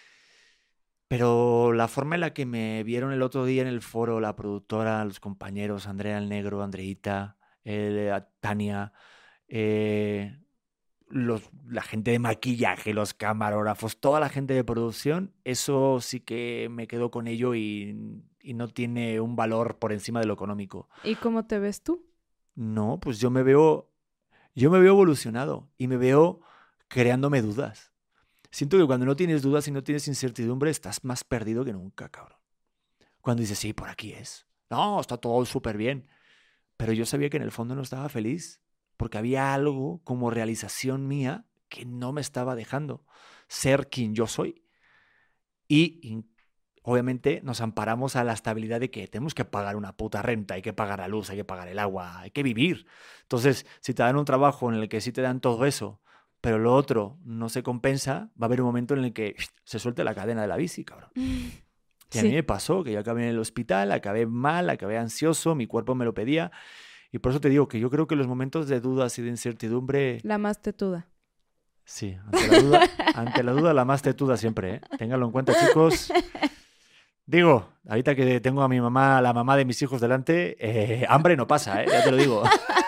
Pero la forma en la que me vieron el otro día en el foro, la productora, los compañeros, Andrea el Negro, Andreita, Tania, eh, la gente de maquillaje, los camarógrafos, toda la gente de producción, eso sí que me quedo con ello y no tiene un valor por encima de lo económico. ¿Y cómo te ves tú? No, pues yo me veo evolucionado y me veo creándome dudas. Siento que cuando no tienes dudas y no tienes incertidumbre, estás más perdido que nunca, cabrón. Cuando dices, sí, por aquí es. No, está todo súper bien. Pero yo sabía que en el fondo no estaba feliz, porque había algo como realización mía que no me estaba dejando ser quien yo soy. Y obviamente nos amparamos a la estabilidad de que tenemos que pagar una puta renta, hay que pagar la luz, hay que pagar el agua, hay que vivir. Entonces, si te dan un trabajo en el que sí te dan todo eso, pero lo otro no se compensa, va a haber un momento en el que se suelte la cadena de la bici, cabrón. Y a mí me pasó que yo acabé en el hospital, acabé mal, acabé ansioso, mi cuerpo me lo pedía. Y por eso te digo que yo creo que los momentos de dudas y de incertidumbre... La más tetuda. Sí, ante la duda la más tetuda siempre, ¿eh? Ténganlo en cuenta, chicos. Digo, ahorita que tengo a mi mamá, la mamá de mis hijos delante, hambre no pasa, ¿eh? Ya te lo digo.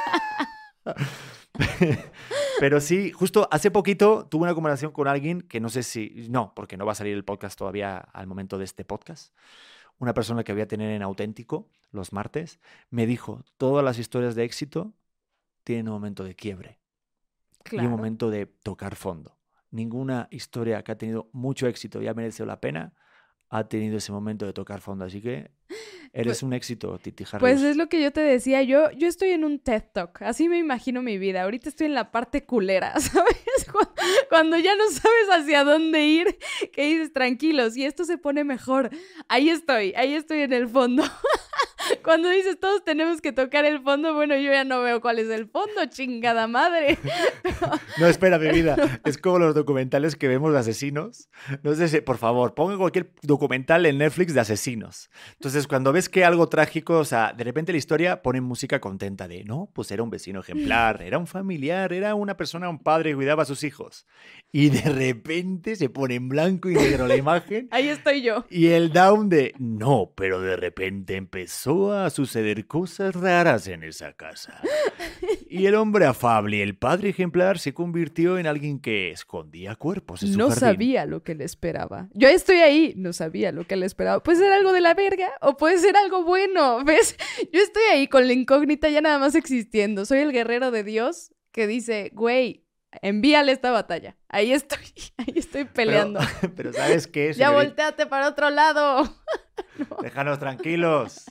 Pero sí, justo hace poquito tuve una conversación con alguien que no sé si... No, porque no va a salir el podcast todavía al momento de este podcast. Una persona que voy a tener en Auténtico los martes, me dijo, todas las historias de éxito tienen un momento de quiebre y un momento de tocar fondo. Ninguna historia que ha tenido mucho éxito y ha merecido la pena ha tenido ese momento de tocar fondo. Así que eres un éxito, Titi Harrius. Pues es lo que yo te decía. Yo estoy en un TED Talk. Así me imagino mi vida. Ahorita estoy en la parte culera, ¿sabes? Cuando ya no sabes hacia dónde ir, que dices, tranquilos, y esto se pone mejor. Ahí estoy en el fondo. Cuando dices, todos tenemos que tocar el fondo, bueno, yo ya no veo cuál es el fondo, chingada madre. No, espera, mi vida. Es como los documentales que vemos de asesinos. No sé si, por favor, pongan cualquier documental en Netflix de asesinos. Entonces, cuando ves que algo trágico, o sea, de repente la historia pone música contenta de, no, pues era un vecino ejemplar, era un familiar, era una persona, un padre que cuidaba a sus hijos. Y de repente se pone en blanco y negro la imagen. Ahí estoy yo. Y el down de, no, pero de repente empezó a suceder cosas raras en esa casa. Y el hombre afable y el padre ejemplar se convirtió en alguien que escondía cuerpos en su jardín. No sabía lo que le esperaba. Yo estoy ahí, no sabía lo que le esperaba. Puede ser algo de la verga o puede ser algo bueno, ¿ves? Yo estoy ahí con la incógnita ya nada más existiendo. Soy el guerrero de Dios que dice, güey, envíale esta batalla. Ahí estoy peleando. Pero ¿sabes qué? Ya volteate para otro lado. No. Déjanos tranquilos.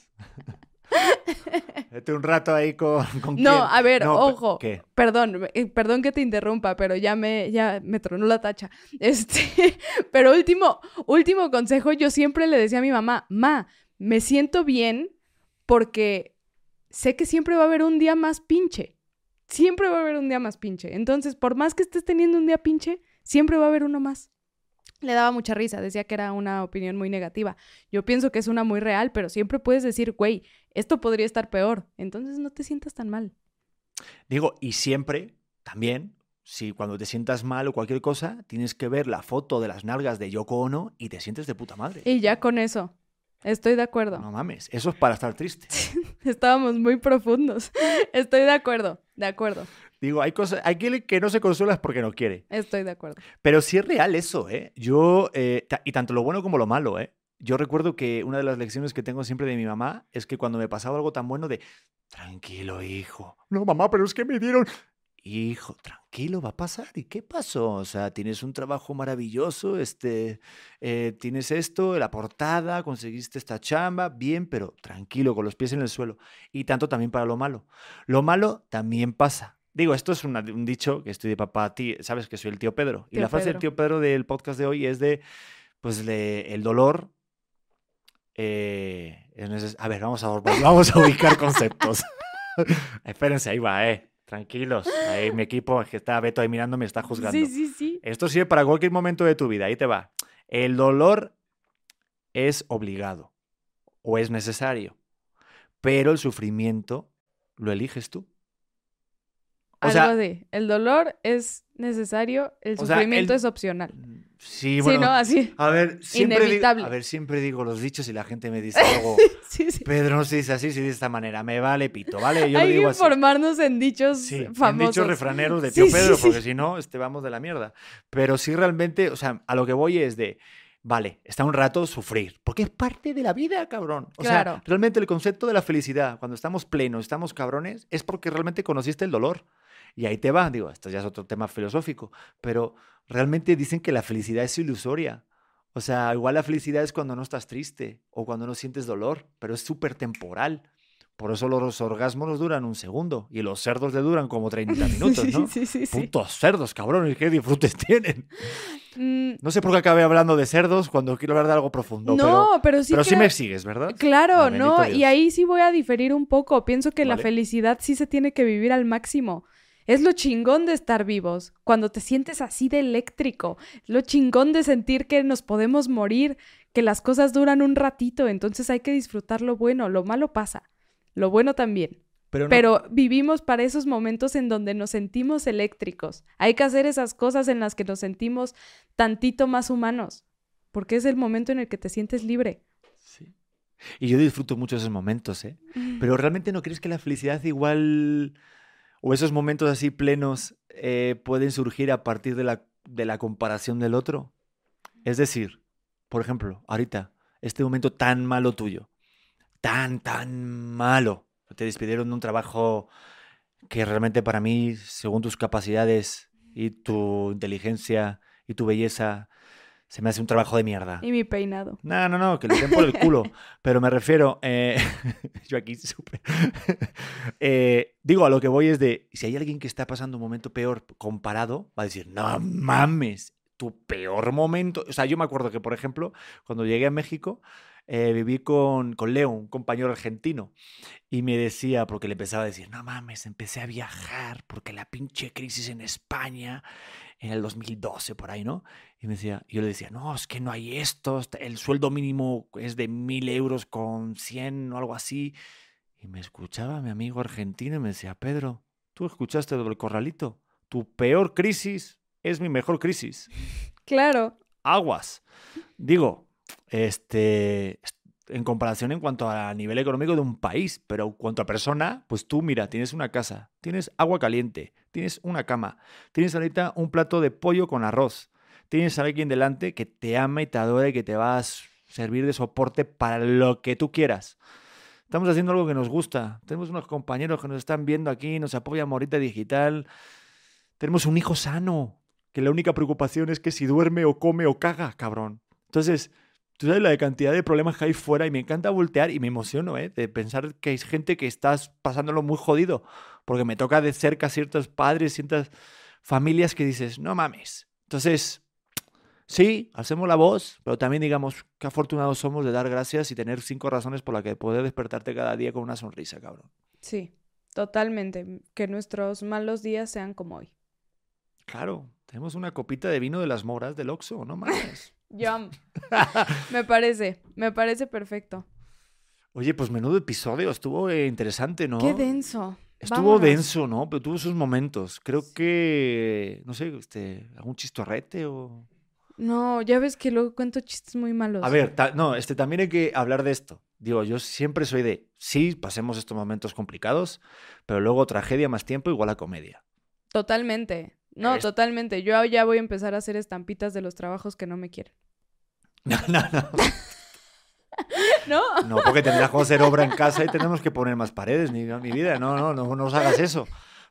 Vete un rato ahí con No, ¿quién? A ver, no, ojo. ¿qué? Perdón que te interrumpa, pero ya me tronó la tacha. Pero último consejo, yo siempre le decía a mi mamá, me siento bien porque sé que siempre va a haber un día más pinche. Siempre va a haber un día más pinche. Entonces, por más que estés teniendo un día pinche, siempre va a haber uno más. Le daba mucha risa, decía que era una opinión muy negativa. Yo pienso que es una muy real, pero siempre puedes decir, güey, esto podría estar peor. Entonces no te sientas tan mal. Digo, y siempre, también, si cuando te sientas mal o cualquier cosa, tienes que ver la foto de las nalgas de Yoko Ono y te sientes de puta madre. Y ya con eso, estoy de acuerdo. No mames, eso es para estar triste. Estábamos muy profundos. Estoy de acuerdo. Digo, hay que no se consuela es porque no quiere. Estoy de acuerdo. Pero sí es real eso, ¿eh? Y tanto lo bueno como lo malo, ¿eh? Yo recuerdo que una de las lecciones que tengo siempre de mi mamá es que cuando me pasaba algo tan bueno de, tranquilo, hijo. No, mamá, pero es que me dieron... hijo, tranquilo, va a pasar. ¿Y qué pasó? O sea, tienes un trabajo maravilloso, tienes esto, la portada, conseguiste esta chamba, bien, pero tranquilo, con los pies en el suelo. Y tanto también para lo malo. Lo malo también pasa. Digo, esto es un dicho que estoy de papá a ti, sabes que soy el tío Pedro. Y Tío la frase del Pedro. tío Pedro del podcast de hoy es pues, el dolor. A ver, vamos a ubicar conceptos. Espérense, ahí va, tranquilos. Ahí mi equipo, es que está Beto ahí mirando, me está Sí, juzgando. sí, sí. Esto sirve para cualquier momento de tu vida, ahí te va. El dolor es obligado o es necesario, pero el sufrimiento lo eliges tú. O Algo sea, así. El dolor es necesario, el o sea, sufrimiento es opcional. Sí, Sí, bueno, ¿no? Así. a ver, Inevitable. siempre digo los dichos y la gente me dice luego, Sí, sí. Pedro no se dice así, se dice de esta manera, me vale pito, ¿vale? Yo lo Hay que digo así. informarnos en dichos Sí, en famosos. dichos refraneros de Sí, tío sí, Pedro, sí. porque si no, vamos de la mierda. Pero sí realmente, o sea, a lo que voy es vale, está un rato sufrir, porque es parte de la vida, cabrón. O sea, Claro. realmente el concepto de la felicidad, cuando estamos plenos, estamos cabrones, es porque realmente conociste el dolor. Y ahí te va, digo, esto ya es otro tema filosófico, pero realmente dicen que la felicidad es ilusoria. O sea, igual la felicidad es cuando no estás triste o cuando no sientes dolor, pero es súper temporal. Por eso los orgasmos nos duran un segundo y los cerdos le duran como 30 minutos, ¿no? Sí, sí, sí. Putos cerdos, cabrones, qué disfrutes tienen. Mm, No sé por qué acabé hablando de cerdos cuando quiero hablar de algo profundo, no, pero sí pero sí creo- me sigues, ¿verdad? Claro, Ah, bendito ¿no? Dios. Y ahí sí voy a diferir un poco. Pienso que la Vale. felicidad sí se tiene que vivir al máximo. Es lo chingón de estar vivos, cuando te sientes así de eléctrico. Es lo chingón de sentir que nos podemos morir, que las cosas duran un ratito, entonces hay que disfrutar lo bueno. Lo malo pasa, lo bueno también. Pero no, Pero vivimos para esos momentos en donde nos sentimos eléctricos. Hay que hacer esas cosas en las que nos sentimos tantito más humanos, porque es el momento en el que te sientes libre. sí. Y yo disfruto mucho esos momentos, ¿eh? Pero ¿realmente no crees que la felicidad igual, o esos momentos así plenos, pueden surgir a partir de la comparación del otro? Es decir, por ejemplo, ahorita, este momento tan malo tuyo, tan malo, te despidieron de un trabajo que realmente para mí, según tus capacidades y tu inteligencia y tu belleza, se me hace un trabajo de mierda. Y mi peinado. No, que le den por el culo. Pero me refiero, yo aquí súper. Digo, a lo que voy es si hay alguien que está pasando un momento peor comparado, va a decir, no mames, tu peor momento. O sea, yo me acuerdo que, por ejemplo, cuando llegué a México, viví con Leo, un compañero argentino, y me decía, porque le empezaba a decir, no mames, empecé a viajar porque la pinche crisis en España en el 2012, por ahí, ¿no? Y yo le decía, no, es que no hay esto, el sueldo mínimo es de 1.000 euros con 100 o algo así. Y me escuchaba mi amigo argentino y me decía, Pedro, ¿tú escuchaste lo del corralito? Tu peor crisis es mi mejor crisis. Claro. Aguas. Digo, en comparación en cuanto a nivel económico de un país, pero en cuanto a persona, pues tú mira, tienes una casa, tienes agua caliente, tienes una cama, tienes ahorita un plato de pollo con arroz, tienes a alguien delante que te ama y te adora y que te va a servir de soporte para lo que tú quieras. Estamos haciendo algo que nos gusta, tenemos unos compañeros que nos están viendo aquí, nos apoyan Morita Digital, tenemos un hijo sano, que la única preocupación es que si duerme o come o caga, cabrón. Entonces, tú sabes la cantidad de problemas que hay fuera y me encanta voltear y me emociono, de pensar que hay gente que está pasándolo muy jodido, porque me toca de cerca ciertos padres, ciertas familias que dices, no mames. Entonces, sí, hacemos la voz, pero también digamos qué afortunados somos de dar gracias y tener 5 razones por las que poder despertarte cada día con una sonrisa, cabrón. Sí, totalmente. Que nuestros malos días sean como hoy. Claro, tenemos una copita de vino de las moras del Oxxo, no mames. Yum. Me parece perfecto. Oye, pues menudo episodio, estuvo interesante, ¿no? Qué denso. Estuvo Vámonos. denso, ¿no? Pero tuvo sus momentos. Creo que, no sé, algún chistorrete o... No, ya ves que luego cuento chistes muy malos. A ver, no, también hay que hablar de esto. Digo, yo siempre soy sí, pasemos estos momentos complicados, pero luego tragedia más tiempo igual a comedia. Totalmente. No, Es- totalmente. Yo ya voy a empezar a hacer estampitas de los trabajos que no me quieren. No. ¿No? No, porque tendrás que hacer obra en casa y tenemos que poner más paredes, mi vida. No nos hagas eso.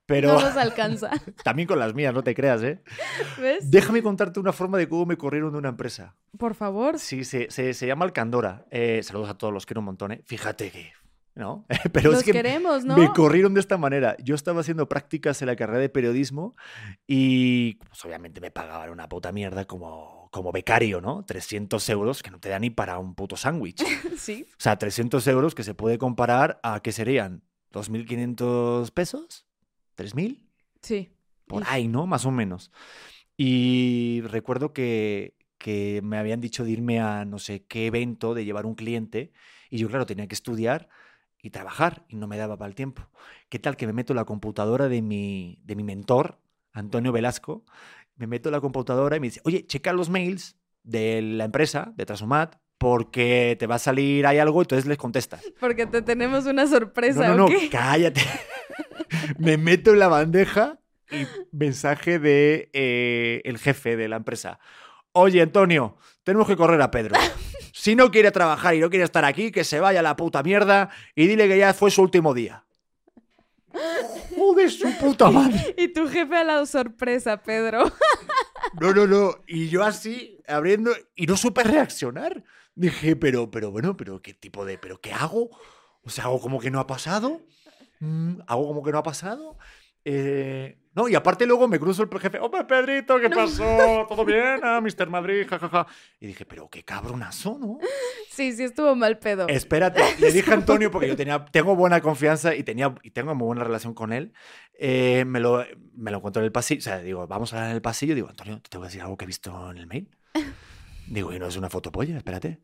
Pero No nos alcanza. también con las mías, no te creas, ¿eh? ¿Ves? Déjame contarte una forma de cómo me corrieron de una empresa. Por favor. Sí, se llama Alcandora. Saludos a todos, los quiero un montón, ¿eh? Fíjate que... ¿no? Pero Los es que queremos, ¿no? me corrieron de esta manera. Yo estaba haciendo prácticas en la carrera de periodismo y pues, obviamente me pagaban una puta mierda como becario, ¿no? 300 euros que no te da ni para un puto sándwich. Sí. O sea, 300 euros que se puede comparar a, ¿qué serían? ¿2.500 pesos? ¿3.000? Sí. Por ahí, ¿no? Más o menos. Y recuerdo que me habían dicho de irme a no sé qué evento, de llevar un cliente, y yo, claro, tenía que estudiar y trabajar, y no me daba para el tiempo. ¿Qué tal que me meto en la computadora de mi mentor, Antonio Velasco? Me meto en la computadora y me dice, oye, checa los mails de la empresa, de Trasomat, porque te va a salir ahí algo, entonces les contestas. Porque te tenemos una sorpresa, No, no, ¿o no, qué? cállate. Me meto en la bandeja y mensaje de el jefe de la empresa. Oye, Antonio, tenemos que correr a Pedro. Si no quiere trabajar y no quiere estar aquí, que se vaya a la puta mierda y dile que ya fue su último día. Joder, su puta madre. Y tu jefe a la sorpresa, Pedro. No, no, no. Y yo así, abriendo, y no supe reaccionar. Dije, pero bueno, pero qué tipo de, pero ¿qué hago? O sea, hago como que no ha pasado. Hago como que no ha pasado. No, y aparte luego me cruzo el jefe. Hombre, Pedrito, ¿qué pasó? ¿Todo bien? Ah, Mr. Madrid, jajaja. Y dije, pero qué cabronazo, ¿no? Sí, estuvo mal pedo. Espérate, le dije a Antonio, porque yo tengo buena confianza y tengo muy buena relación con él. Me lo encontré en el pasillo. O sea, digo, vamos a hablar en el pasillo. Digo, Antonio, te tengo que decir algo que he visto en el mail. Digo, y no es una fotopolla, espérate.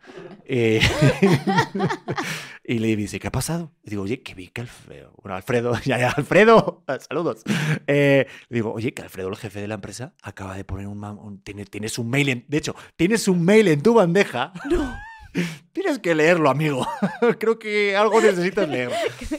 Y le dice, ¿qué ha pasado? Y digo, oye, que vi que Alfredo, ya, Alfredo, saludos. Le digo, oye, que Alfredo, el jefe de la empresa, acaba de poner tienes un mail, de hecho, tienes un mail en tu bandeja. No. Tienes que leerlo, amigo. Creo que algo necesitas leer.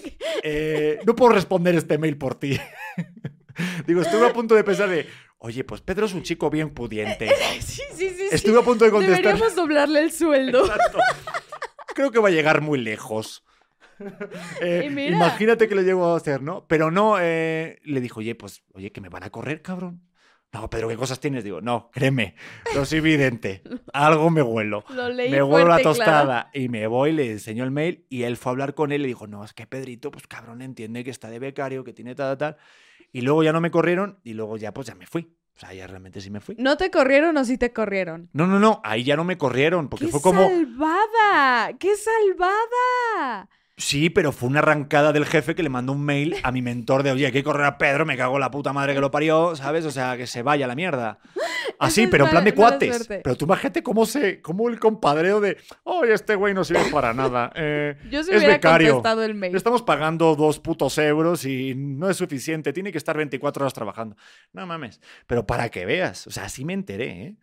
No puedo responder este mail por ti. Digo, estuve a punto de pensar de, oye, pues Pedro es un chico bien pudiente. Sí. Estuve a punto de contestar. Deberíamos doblarle el sueldo. Exacto. Creo que va a llegar muy lejos. Mira. Imagínate que lo llego a hacer, ¿no? Pero no, le dijo, oye, que me van a correr, cabrón. No, Pedro, ¿qué cosas tienes? Digo, no, créeme, lo es evidente. Algo me huelo. Lo leí Me huelo la fuerte, tostada. claro. Y me voy, le enseño el mail y él fue a hablar con él y le dijo, no, es que Pedrito, pues cabrón, entiende que está de becario, que tiene tal. Y luego ya no me corrieron y luego ya, pues ya me fui. O sea, ya realmente sí me fui. ¿No te corrieron o sí te corrieron? No, ahí ya no me corrieron porque ¡Qué fue como... salvada! ¡Qué salvada! Sí, pero fue una arrancada del jefe que le mandó un mail a mi mentor de, oye, hay que correr a Pedro, me cago en la puta madre que lo parió, ¿sabes? O sea, que se vaya a la mierda. Así, es pero en plan de mala cuates. suerte. Pero tú imagínate cómo el compadreo de, oye, este güey no sirve para nada. Yo se es hubiera becario. contestado el mail. Le estamos pagando 2 putos euros y no es suficiente. Tiene que estar 24 horas trabajando. No mames. Pero para que veas. O sea, así me enteré, ¿eh?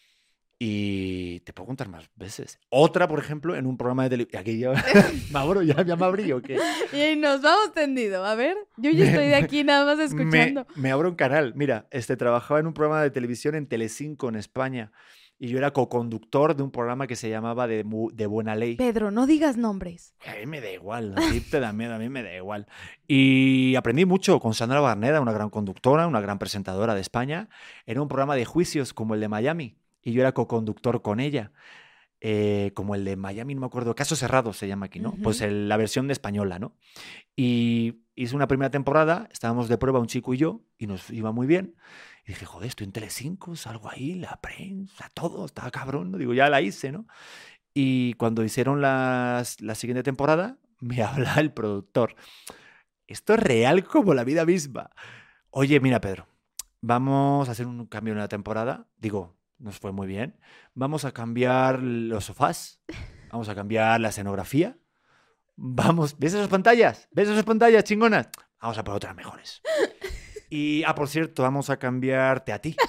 Y te puedo contar más veces. Otra, por ejemplo, en un programa de televisión. Aquí ya me abrí o qué. Y nos vamos tendido. A ver, yo ya estoy de aquí nada más escuchando. Me abro un canal. Mira, trabajaba en un programa de televisión en Telecinco en España. Y yo era coconductor de un programa que se llamaba De Buena Ley. Pedro, no digas nombres. A mí me da igual, a ti te da miedo, a mí me da igual. Y aprendí mucho con Sandra Barneda, una gran conductora, una gran presentadora de España. Era un programa de juicios como el de Miami. Y yo era coconductor con ella. Como el de Miami, no me acuerdo. Caso Cerrado se llama aquí, ¿no? Ujú. Pues la versión de española, ¿no? Y hice una primera temporada, estábamos de prueba un chico y yo, y nos iba muy bien. Y dije, joder, estoy en Telecinco, salgo ahí, la prensa, todo, estaba cabrón, ¿no? Digo, ya la hice, ¿no? Y cuando hicieron la siguiente temporada, me habla el productor. Esto es real como la vida misma. Oye, mira, Pedro, vamos a hacer un cambio en la temporada. Digo, nos fue muy bien. Vamos a cambiar los sofás, vamos a cambiar la escenografía. Vamos, ¿ves esas pantallas? ¿Ves esas pantallas chingonas? Vamos a por otras mejores. Y, por cierto, vamos a cambiarte a ti.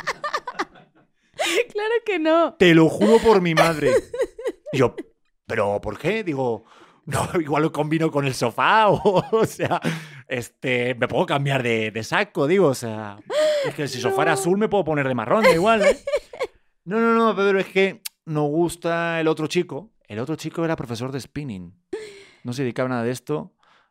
Claro que no. Te lo juro por mi madre. Y yo, ¿pero por qué? Digo, no, igual lo combino con el sofá o sea, me puedo cambiar de saco, digo, o sea, es que si el sofá era azul me puedo poner de marrón, da igual, ¿eh? No, Pedro, es que nos gusta el otro chico. El otro chico era profesor de spinning. No se dedicaba a nada de esto.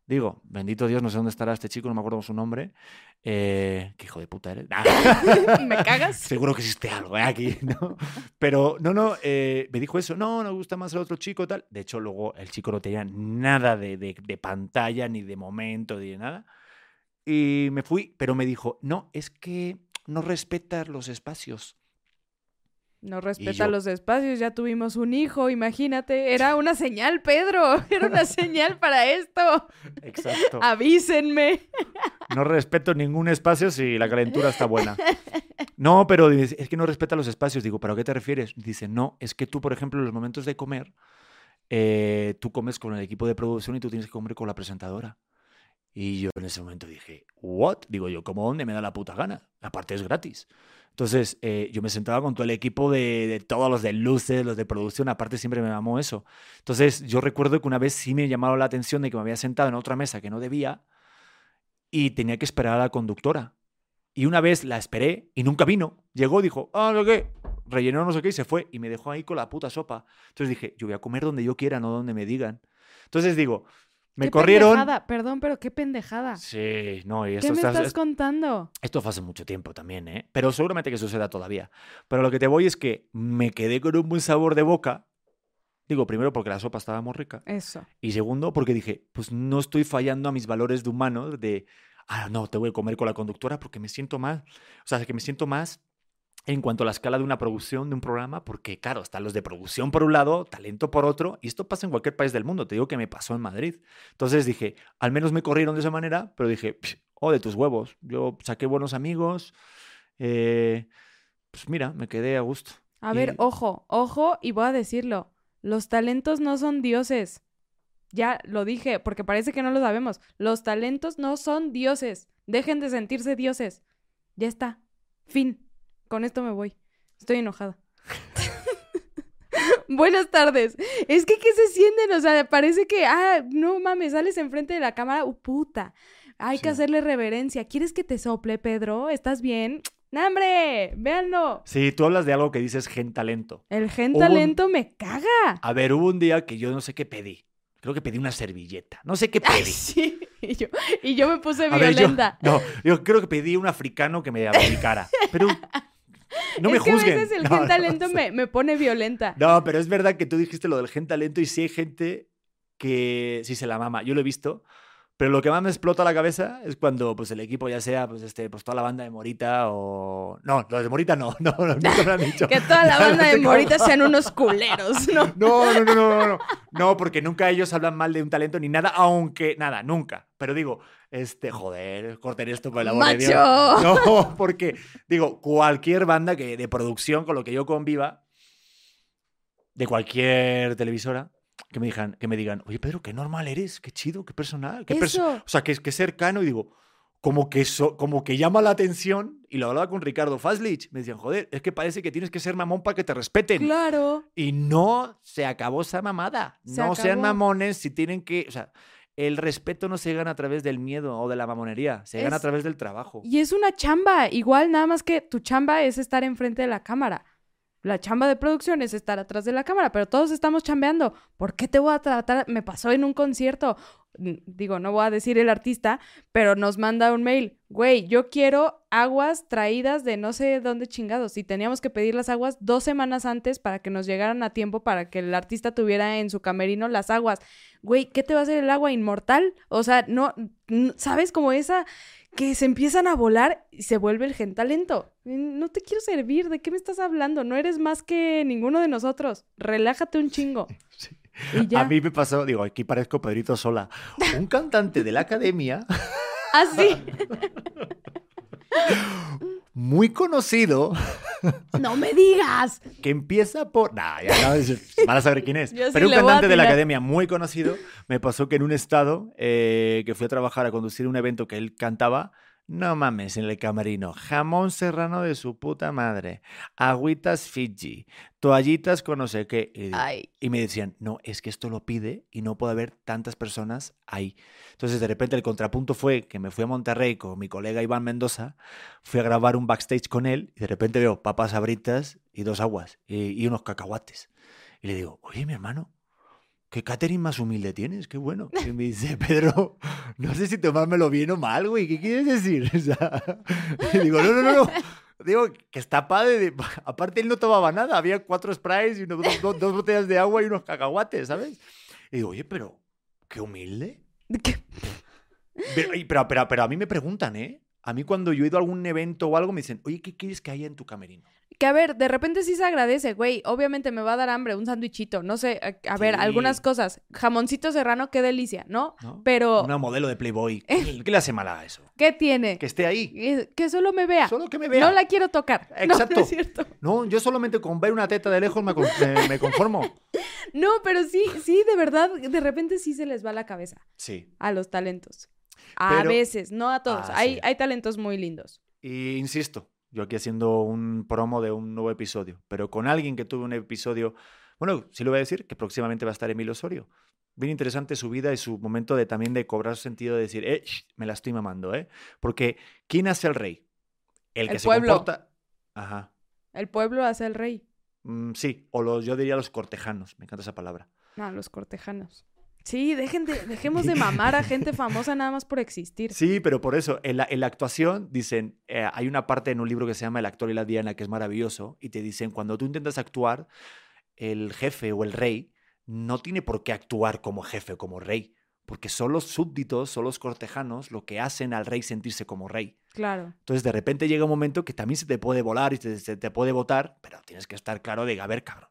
Digo, bendito Dios, no sé dónde estará este chico, no me acuerdo su nombre. ¿Qué hijo de puta eres? ¿Me cagas? Seguro que existe algo aquí, ¿no? Pero no, me dijo eso, no, nos gusta más el otro chico, tal. De hecho, luego el chico no tenía nada de pantalla, ni de momento, ni de nada. Y me fui, pero me dijo, no, es que no respetas los espacios. No Y respeta yo, los espacios, ya tuvimos un hijo, imagínate. Era una señal, Pedro. Era una señal para esto. exacto, Avísenme. no respeto ningún espacio si la calentura está buena. No, pero dice, es que no respeta los espacios. Digo, ¿pero a qué te refieres? Dice, no, es que tú, por ejemplo, en los momentos de comer, tú comes con el equipo de producción y tú tienes que comer con la presentadora. Y yo en ese momento dije, ¿what? Digo yo, ¿cómo dónde me da la puta gana? Aparte es gratis. Entonces, yo me sentaba con todo el equipo de todos los de luces, los de producción, aparte siempre me mamó eso. Entonces, yo recuerdo que una vez sí me llamaron la atención de que me había sentado en otra mesa que no debía y tenía que esperar a la conductora. Y una vez la esperé y nunca vino. Llegó, dijo, no sé qué, rellenó no sé qué y se fue. Y me dejó ahí con la puta sopa. Entonces dije, yo voy a comer donde yo quiera, no donde me digan. Entonces digo, me Qué corrieron. pendejada. Perdón, pero qué pendejada. Sí, no, y ¿Qué esto, me estás contando? esto fue hace mucho tiempo también, ¿eh? Pero seguramente que suceda todavía. Pero lo que te voy es que me quedé con un buen sabor de boca. Digo, primero porque la sopa estaba muy rica. Eso. Y segundo porque dije, pues no estoy fallando a mis valores de humano de, no, te voy a comer con la conductora porque me siento mal. O sea, que me siento más en cuanto a la escala de una producción, de un programa, porque claro, están los de producción por un lado, talento por otro, y esto pasa en cualquier país del mundo, te digo que me pasó en Madrid. Entonces dije, al menos me corrieron de esa manera, pero dije, de tus huevos, yo saqué buenos amigos, pues mira, me quedé a gusto. A ver, Y ojo, y voy a decirlo. Los talentos no son dioses. Ya lo dije, porque parece que no lo sabemos. Los talentos no son dioses. Dejen de sentirse dioses. Ya está. Fin. Con esto me voy. Estoy enojada. Buenas tardes. Es que, ¿qué se sienten? O sea, parece que, no mames, sales enfrente de la cámara. Puta. Hay que sí. hacerle reverencia. ¿Quieres que te sople, Pedro? ¿Estás bien? ¡No, hombre! ¡Véanlo! Sí, tú hablas de algo que dices gen talento. El gen Hubo talento me caga. A ver, hubo un día que yo no sé qué pedí. Creo que pedí una servilleta. No sé qué Ay, pedí. sí. Y yo me puse A ver, violenta. yo creo que pedí un africano que me aplicara. Pero no me es que juzguen. a veces el No, gen no, talento sí. me pone violenta. No, pero es verdad que tú dijiste lo del gen talento y sí hay gente que sí se la mama. Yo lo he visto. Pero lo que más me explota la cabeza es cuando pues, el equipo ya sea pues toda la banda de Morita o... No, los de Morita no, nunca me lo han dicho. Que toda la banda de Morita sean unos culeros, ¿no? No. No, porque nunca ellos hablan mal de un talento ni nada, aunque... Nada, nunca. Pero digo, joder, corten esto por el amor de Dios. ¡Macho! No, porque, digo, cualquier banda de producción con lo que yo conviva, de cualquier televisora, que me digan, oye, Pedro, qué normal eres, qué chido, qué personal, Eso. o sea, que cercano, y digo, como que llama la atención, y lo hablaba con Ricardo Faslich, me decían, joder, es que parece que tienes que ser mamón para que te respeten. Claro. Y no se acabó esa mamada. Se No sean acabó. mamones si tienen que, o sea, el respeto no se gana a través del miedo o de la mamonería, se gana a través del trabajo. Y es una chamba, igual nada más que tu chamba es estar enfrente de la cámara. La chamba de producción es estar atrás de la cámara, pero todos estamos chambeando. ¿Por qué te voy a tratar? Me pasó en un concierto. Digo, no voy a decir el artista, pero nos manda un mail. Güey, yo quiero aguas traídas de no sé dónde chingados. Y teníamos que pedir las aguas 2 semanas antes para que nos llegaran a tiempo para que el artista tuviera en su camerino las aguas. Güey, ¿qué te va a hacer el agua inmortal? O sea, no ¿sabes? Como esa que se empiezan a volar y se vuelve el gen talento. No te quiero servir, ¿de qué me estás hablando? No eres más que ninguno de nosotros. Relájate un chingo. Sí. Y ya. A mí me pasó, digo, aquí parezco Pedrito Sola, un cantante de la academia Así. muy conocido ¡No me digas! que empieza por... Nah, ya no, van a saber quién es. Yo sí Pero un le voy a cantante de la atinar. academia muy conocido me pasó que en un estado que fui a trabajar a conducir un evento que él cantaba, no mames, en el camerino, jamón serrano de su puta madre, agüitas Fiji, toallitas con no sé qué. Ay. Y me decían, no, es que esto lo pide y no puede haber tantas personas ahí. Entonces, de repente, el contrapunto fue que me fui a Monterrey con mi colega Iván Mendoza, fui a grabar un backstage con él y de repente veo papas sabritas y 2 aguas y unos cacahuates. Y le digo, oye, mi hermano, ¿qué catering más humilde tienes? Qué bueno. Y me dice, Pedro, no sé si tomármelo bien o mal, güey. ¿Qué quieres decir? O sea, y digo, no. Digo, que está padre. Aparte, él no tomaba nada. Había 4 Sprites y dos botellas de agua y unos cacahuates, ¿sabes? Y digo, oye, pero qué humilde. ¿Qué? Pero a mí me preguntan, ¿eh? A mí cuando yo he ido a algún evento o algo me dicen, oye, ¿qué quieres que haya en tu camerino? Que a ver, de repente sí se agradece, güey. Obviamente me va a dar hambre, un sándwichito, no sé, a ver, Sí. algunas cosas. Jamoncito serrano, qué delicia, ¿no? ¿No? Pero, Una modelo de Playboy. ¿Qué le hace mal a eso? ¿qué tiene? Que esté ahí. Que solo me vea. Solo que me vea. No la quiero tocar. Exacto. No, no es cierto. No, yo solamente con ver una teta de lejos me conformo. No, pero sí, de verdad, de repente sí se les va la cabeza Sí. a los talentos. A Pero- veces, no a todos. Ah, Hay, sí. hay talentos muy lindos. Y insisto, yo aquí haciendo un promo de un nuevo episodio, pero con alguien que tuve un episodio, bueno, sí lo voy a decir, que próximamente va a estar Emilio Osorio. Bien interesante su vida y su momento de también de cobrar sentido de decir, me la estoy mamando, ¿eh? Porque ¿quién hace al rey? El que El se pueblo. comporta... Ajá. El pueblo hace el rey. Sí, yo diría los cortejanos, me encanta esa palabra. No, los cortejanos. Sí, dejemos de mamar a gente famosa nada más por existir. Sí, pero por eso, en la actuación, dicen, hay una parte en un libro que se llama El actor y la diana, que es maravilloso, y te dicen, cuando tú intentas actuar, el jefe o el rey no tiene por qué actuar como jefe o como rey, porque son los súbditos, son los cortejanos lo que hacen al rey sentirse como rey. Claro. Entonces, de repente llega un momento que también se te puede volar y se te puede votar, pero tienes que estar claro de, a ver, cabrón,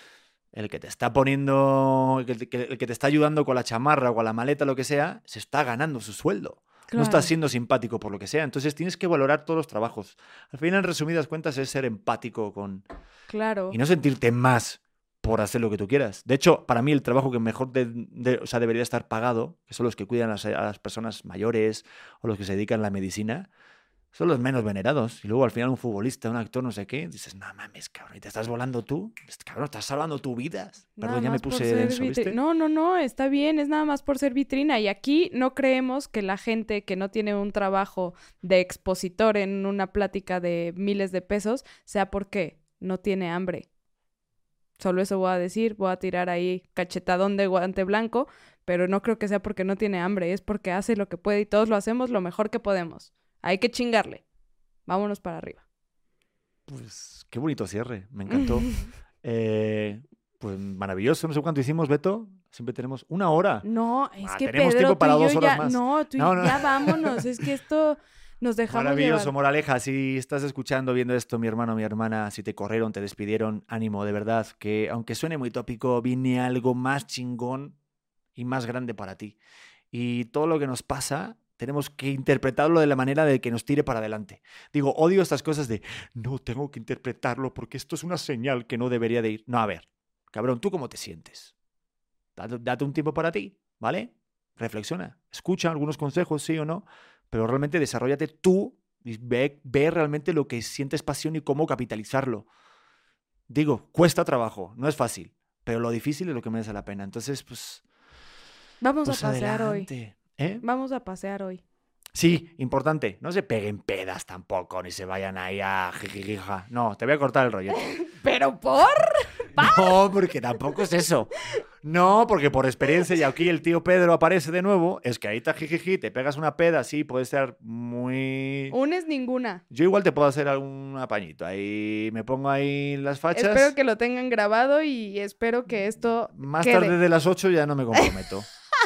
el que te está poniendo, el que te está ayudando con la chamarra o con la maleta, lo que sea, se está ganando su sueldo. Claro. No está siendo simpático por lo que sea. Entonces tienes que valorar todos los trabajos. Al final, en resumidas cuentas, es ser empático Claro. y no sentirte más por hacer lo que tú quieras. De hecho, para mí el trabajo que mejor debería estar pagado, que son los que cuidan a las personas mayores o los que se dedican a la medicina, son los menos venerados. Y luego al final un futbolista, un actor, no sé qué, dices, no mames, cabrón, ¿y te estás volando tú? Cabrón, estás salvando tu vida. Perdón, ya me puse denso, ¿viste? No, está bien, es nada más por ser vitrina. Y aquí no creemos que la gente que no tiene un trabajo de expositor en una plática de miles de pesos sea porque no tiene hambre. Solo eso voy a decir, voy a tirar ahí cachetadón de guante blanco, pero no creo que sea porque no tiene hambre, es porque hace lo que puede y todos lo hacemos lo mejor que podemos. Hay que chingarle. Vámonos para arriba. Pues qué bonito cierre, me encantó. Pues maravilloso, no sé cuánto hicimos, Beto. Siempre tenemos 1 hora. No, es que tenemos Pedro, tiempo para tú y 2 yo horas ya... más. No, tú y No. ya vámonos. Es que esto nos dejamos Maravilloso, llevar. moraleja. Si estás escuchando, viendo esto, mi hermano, mi hermana, si te corrieron, te despidieron, ánimo, de verdad, que aunque suene muy tópico, viene algo más chingón y más grande para ti. Y todo lo que nos pasa, tenemos que interpretarlo de la manera de que nos tire para adelante. Digo, odio estas cosas de, no, tengo que interpretarlo porque esto es una señal que no debería de ir. No, a ver, cabrón, ¿tú cómo te sientes? Date un tiempo para ti, ¿vale? Reflexiona, escucha algunos consejos, sí o no, pero realmente desarróllate tú y ve realmente lo que sientes pasión y cómo capitalizarlo. Digo, cuesta trabajo, no es fácil, pero lo difícil es lo que merece la pena. Entonces, pues Vamos pues a pasear hoy. adelante. ¿Eh? Vamos a pasear hoy. Sí, importante, no se peguen pedas tampoco, ni se vayan ahí a jijijija. No, te voy a cortar el rollo. ¿Pero por? No, porque tampoco es eso. No, porque por experiencia, y aquí el tío Pedro aparece de nuevo, es que ahí está jijiji, te pegas una peda, sí, puede ser muy... Unes ninguna. Yo igual te puedo hacer algún apañito, ahí me pongo ahí las fachas. Espero que lo tengan grabado y espero que esto Más quede. tarde de las 8 ya no me comprometo.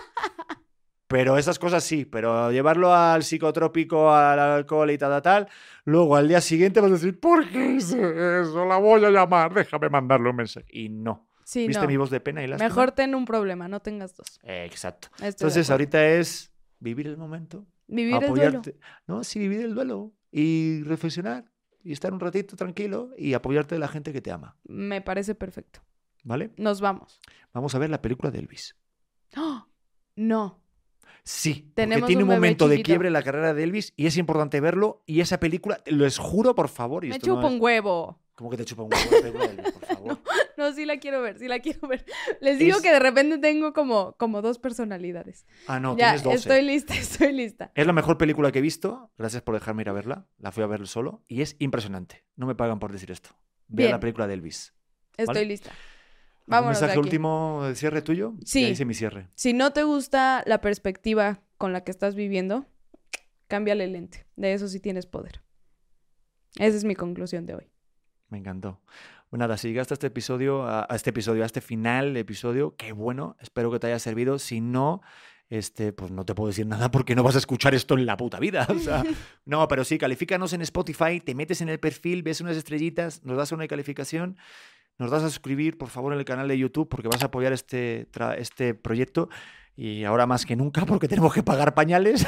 Pero esas cosas sí, pero llevarlo al psicotrópico, al alcohol y tal, luego al día siguiente vas a decir, ¿por qué hice eso? La voy a llamar, déjame mandarle un mensaje. Y no. Sí, ¿Viste no. mi voz de pena y lástima? Mejor ten un problema, no tengas dos. Exacto. Estoy de Entonces acuerdo. ahorita es vivir el momento. Vivir el duelo. No, sí, vivir el duelo y reflexionar y estar un ratito tranquilo y apoyarte de la gente que te ama. Me parece perfecto. ¿Vale? Nos vamos. Vamos a ver la película de Elvis. ¡Oh! No. Sí, Tenemos porque tiene un un bebé momento de chiquito. quiebre en la carrera de Elvis y es importante verlo. Y esa película, les juro, por favor. Y Me esto chupa no un es- huevo. ¿Cómo que te chupa un huevo la película de Elvis, por favor? No, sí la quiero ver, sí la quiero ver. Les digo Es- que de repente tengo como 2 personalidades. Ah, no, Ya, tienes 12. estoy lista, estoy lista. Es la mejor película que he visto. Gracias por dejarme ir a verla. La fui a ver solo y es impresionante. No me pagan por decir esto. Vea Bien. la película de Elvis. Estoy ¿Vale? lista. Vámonos mensaje de aquí. último de cierre tuyo? Sí. Ya hice mi cierre. Si no te gusta la perspectiva con la que estás viviendo, cámbiale el lente. De eso sí tienes poder. Esa es mi conclusión de hoy. Me encantó. Bueno, nada, si llegaste a este final de episodio, qué bueno, espero que te haya servido. Si no, pues no te puedo decir nada porque no vas a escuchar esto en la puta vida. O sea, no, pero sí, califícanos en Spotify, te metes en el perfil, ves unas estrellitas, nos das una calificación, nos das a suscribir, por favor, en el canal de YouTube porque vas a apoyar este proyecto y ahora más que nunca porque tenemos que pagar pañales.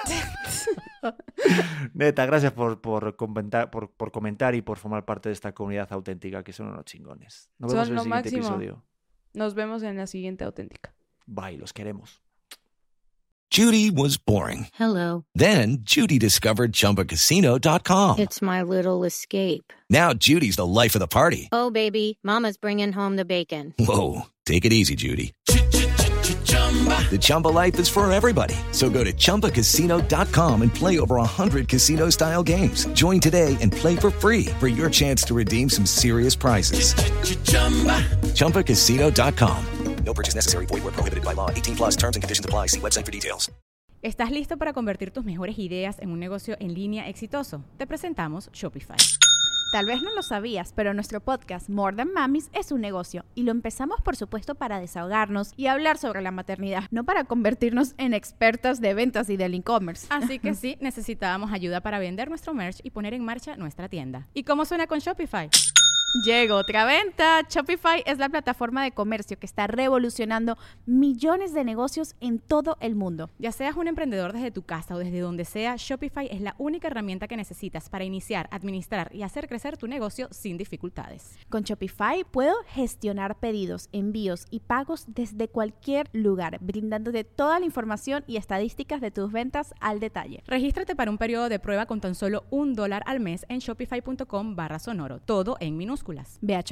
Neta, gracias por comentar y por formar parte de esta comunidad auténtica, que son unos chingones. Nos vemos Son en el lo siguiente máximo. episodio. Nos vemos en la siguiente auténtica. Bye, los queremos. Judy was boring. Hello. Then Judy discovered ChumbaCasino.com. It's my little escape. Now Judy's the life of the party. Oh, baby, mama's bringing home the bacon. Whoa, take it easy, Judy. The Chumba life is for everybody. So go to ChumbaCasino.com and play over 100 casino-style games. Join today and play for free for your chance to redeem some serious prizes. ChumbaCasino.com. No purchase necessary. Void where prohibited by law. 18+ terms and conditions apply. See website for details. ¿Estás listo para convertir tus mejores ideas en un negocio en línea exitoso? Te presentamos Shopify. Tal vez no lo sabías, pero nuestro podcast More Than Mamis es un negocio y lo empezamos por supuesto para desahogarnos y hablar sobre la maternidad, no para convertirnos en expertas de ventas y del e-commerce. Así que sí, necesitábamos ayuda para vender nuestro merch y poner en marcha nuestra tienda. ¿Y cómo suena con Shopify? Llegó otra venta. Shopify es la plataforma de comercio que está revolucionando millones de negocios en todo el mundo. Ya seas un emprendedor desde tu casa o desde donde sea, Shopify es la única herramienta que necesitas para iniciar, administrar y hacer crecer tu negocio sin dificultades. Con Shopify puedo gestionar pedidos, envíos y pagos desde cualquier lugar, brindándote toda la información y estadísticas de tus ventas al detalle. Regístrate para un periodo de prueba con tan solo $1 al mes en shopify.com/sonoro, todo en minúsculas. Ve a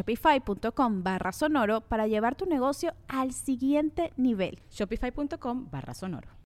shopify.com/sonoro para llevar tu negocio al siguiente nivel. Shopify.com/sonoro.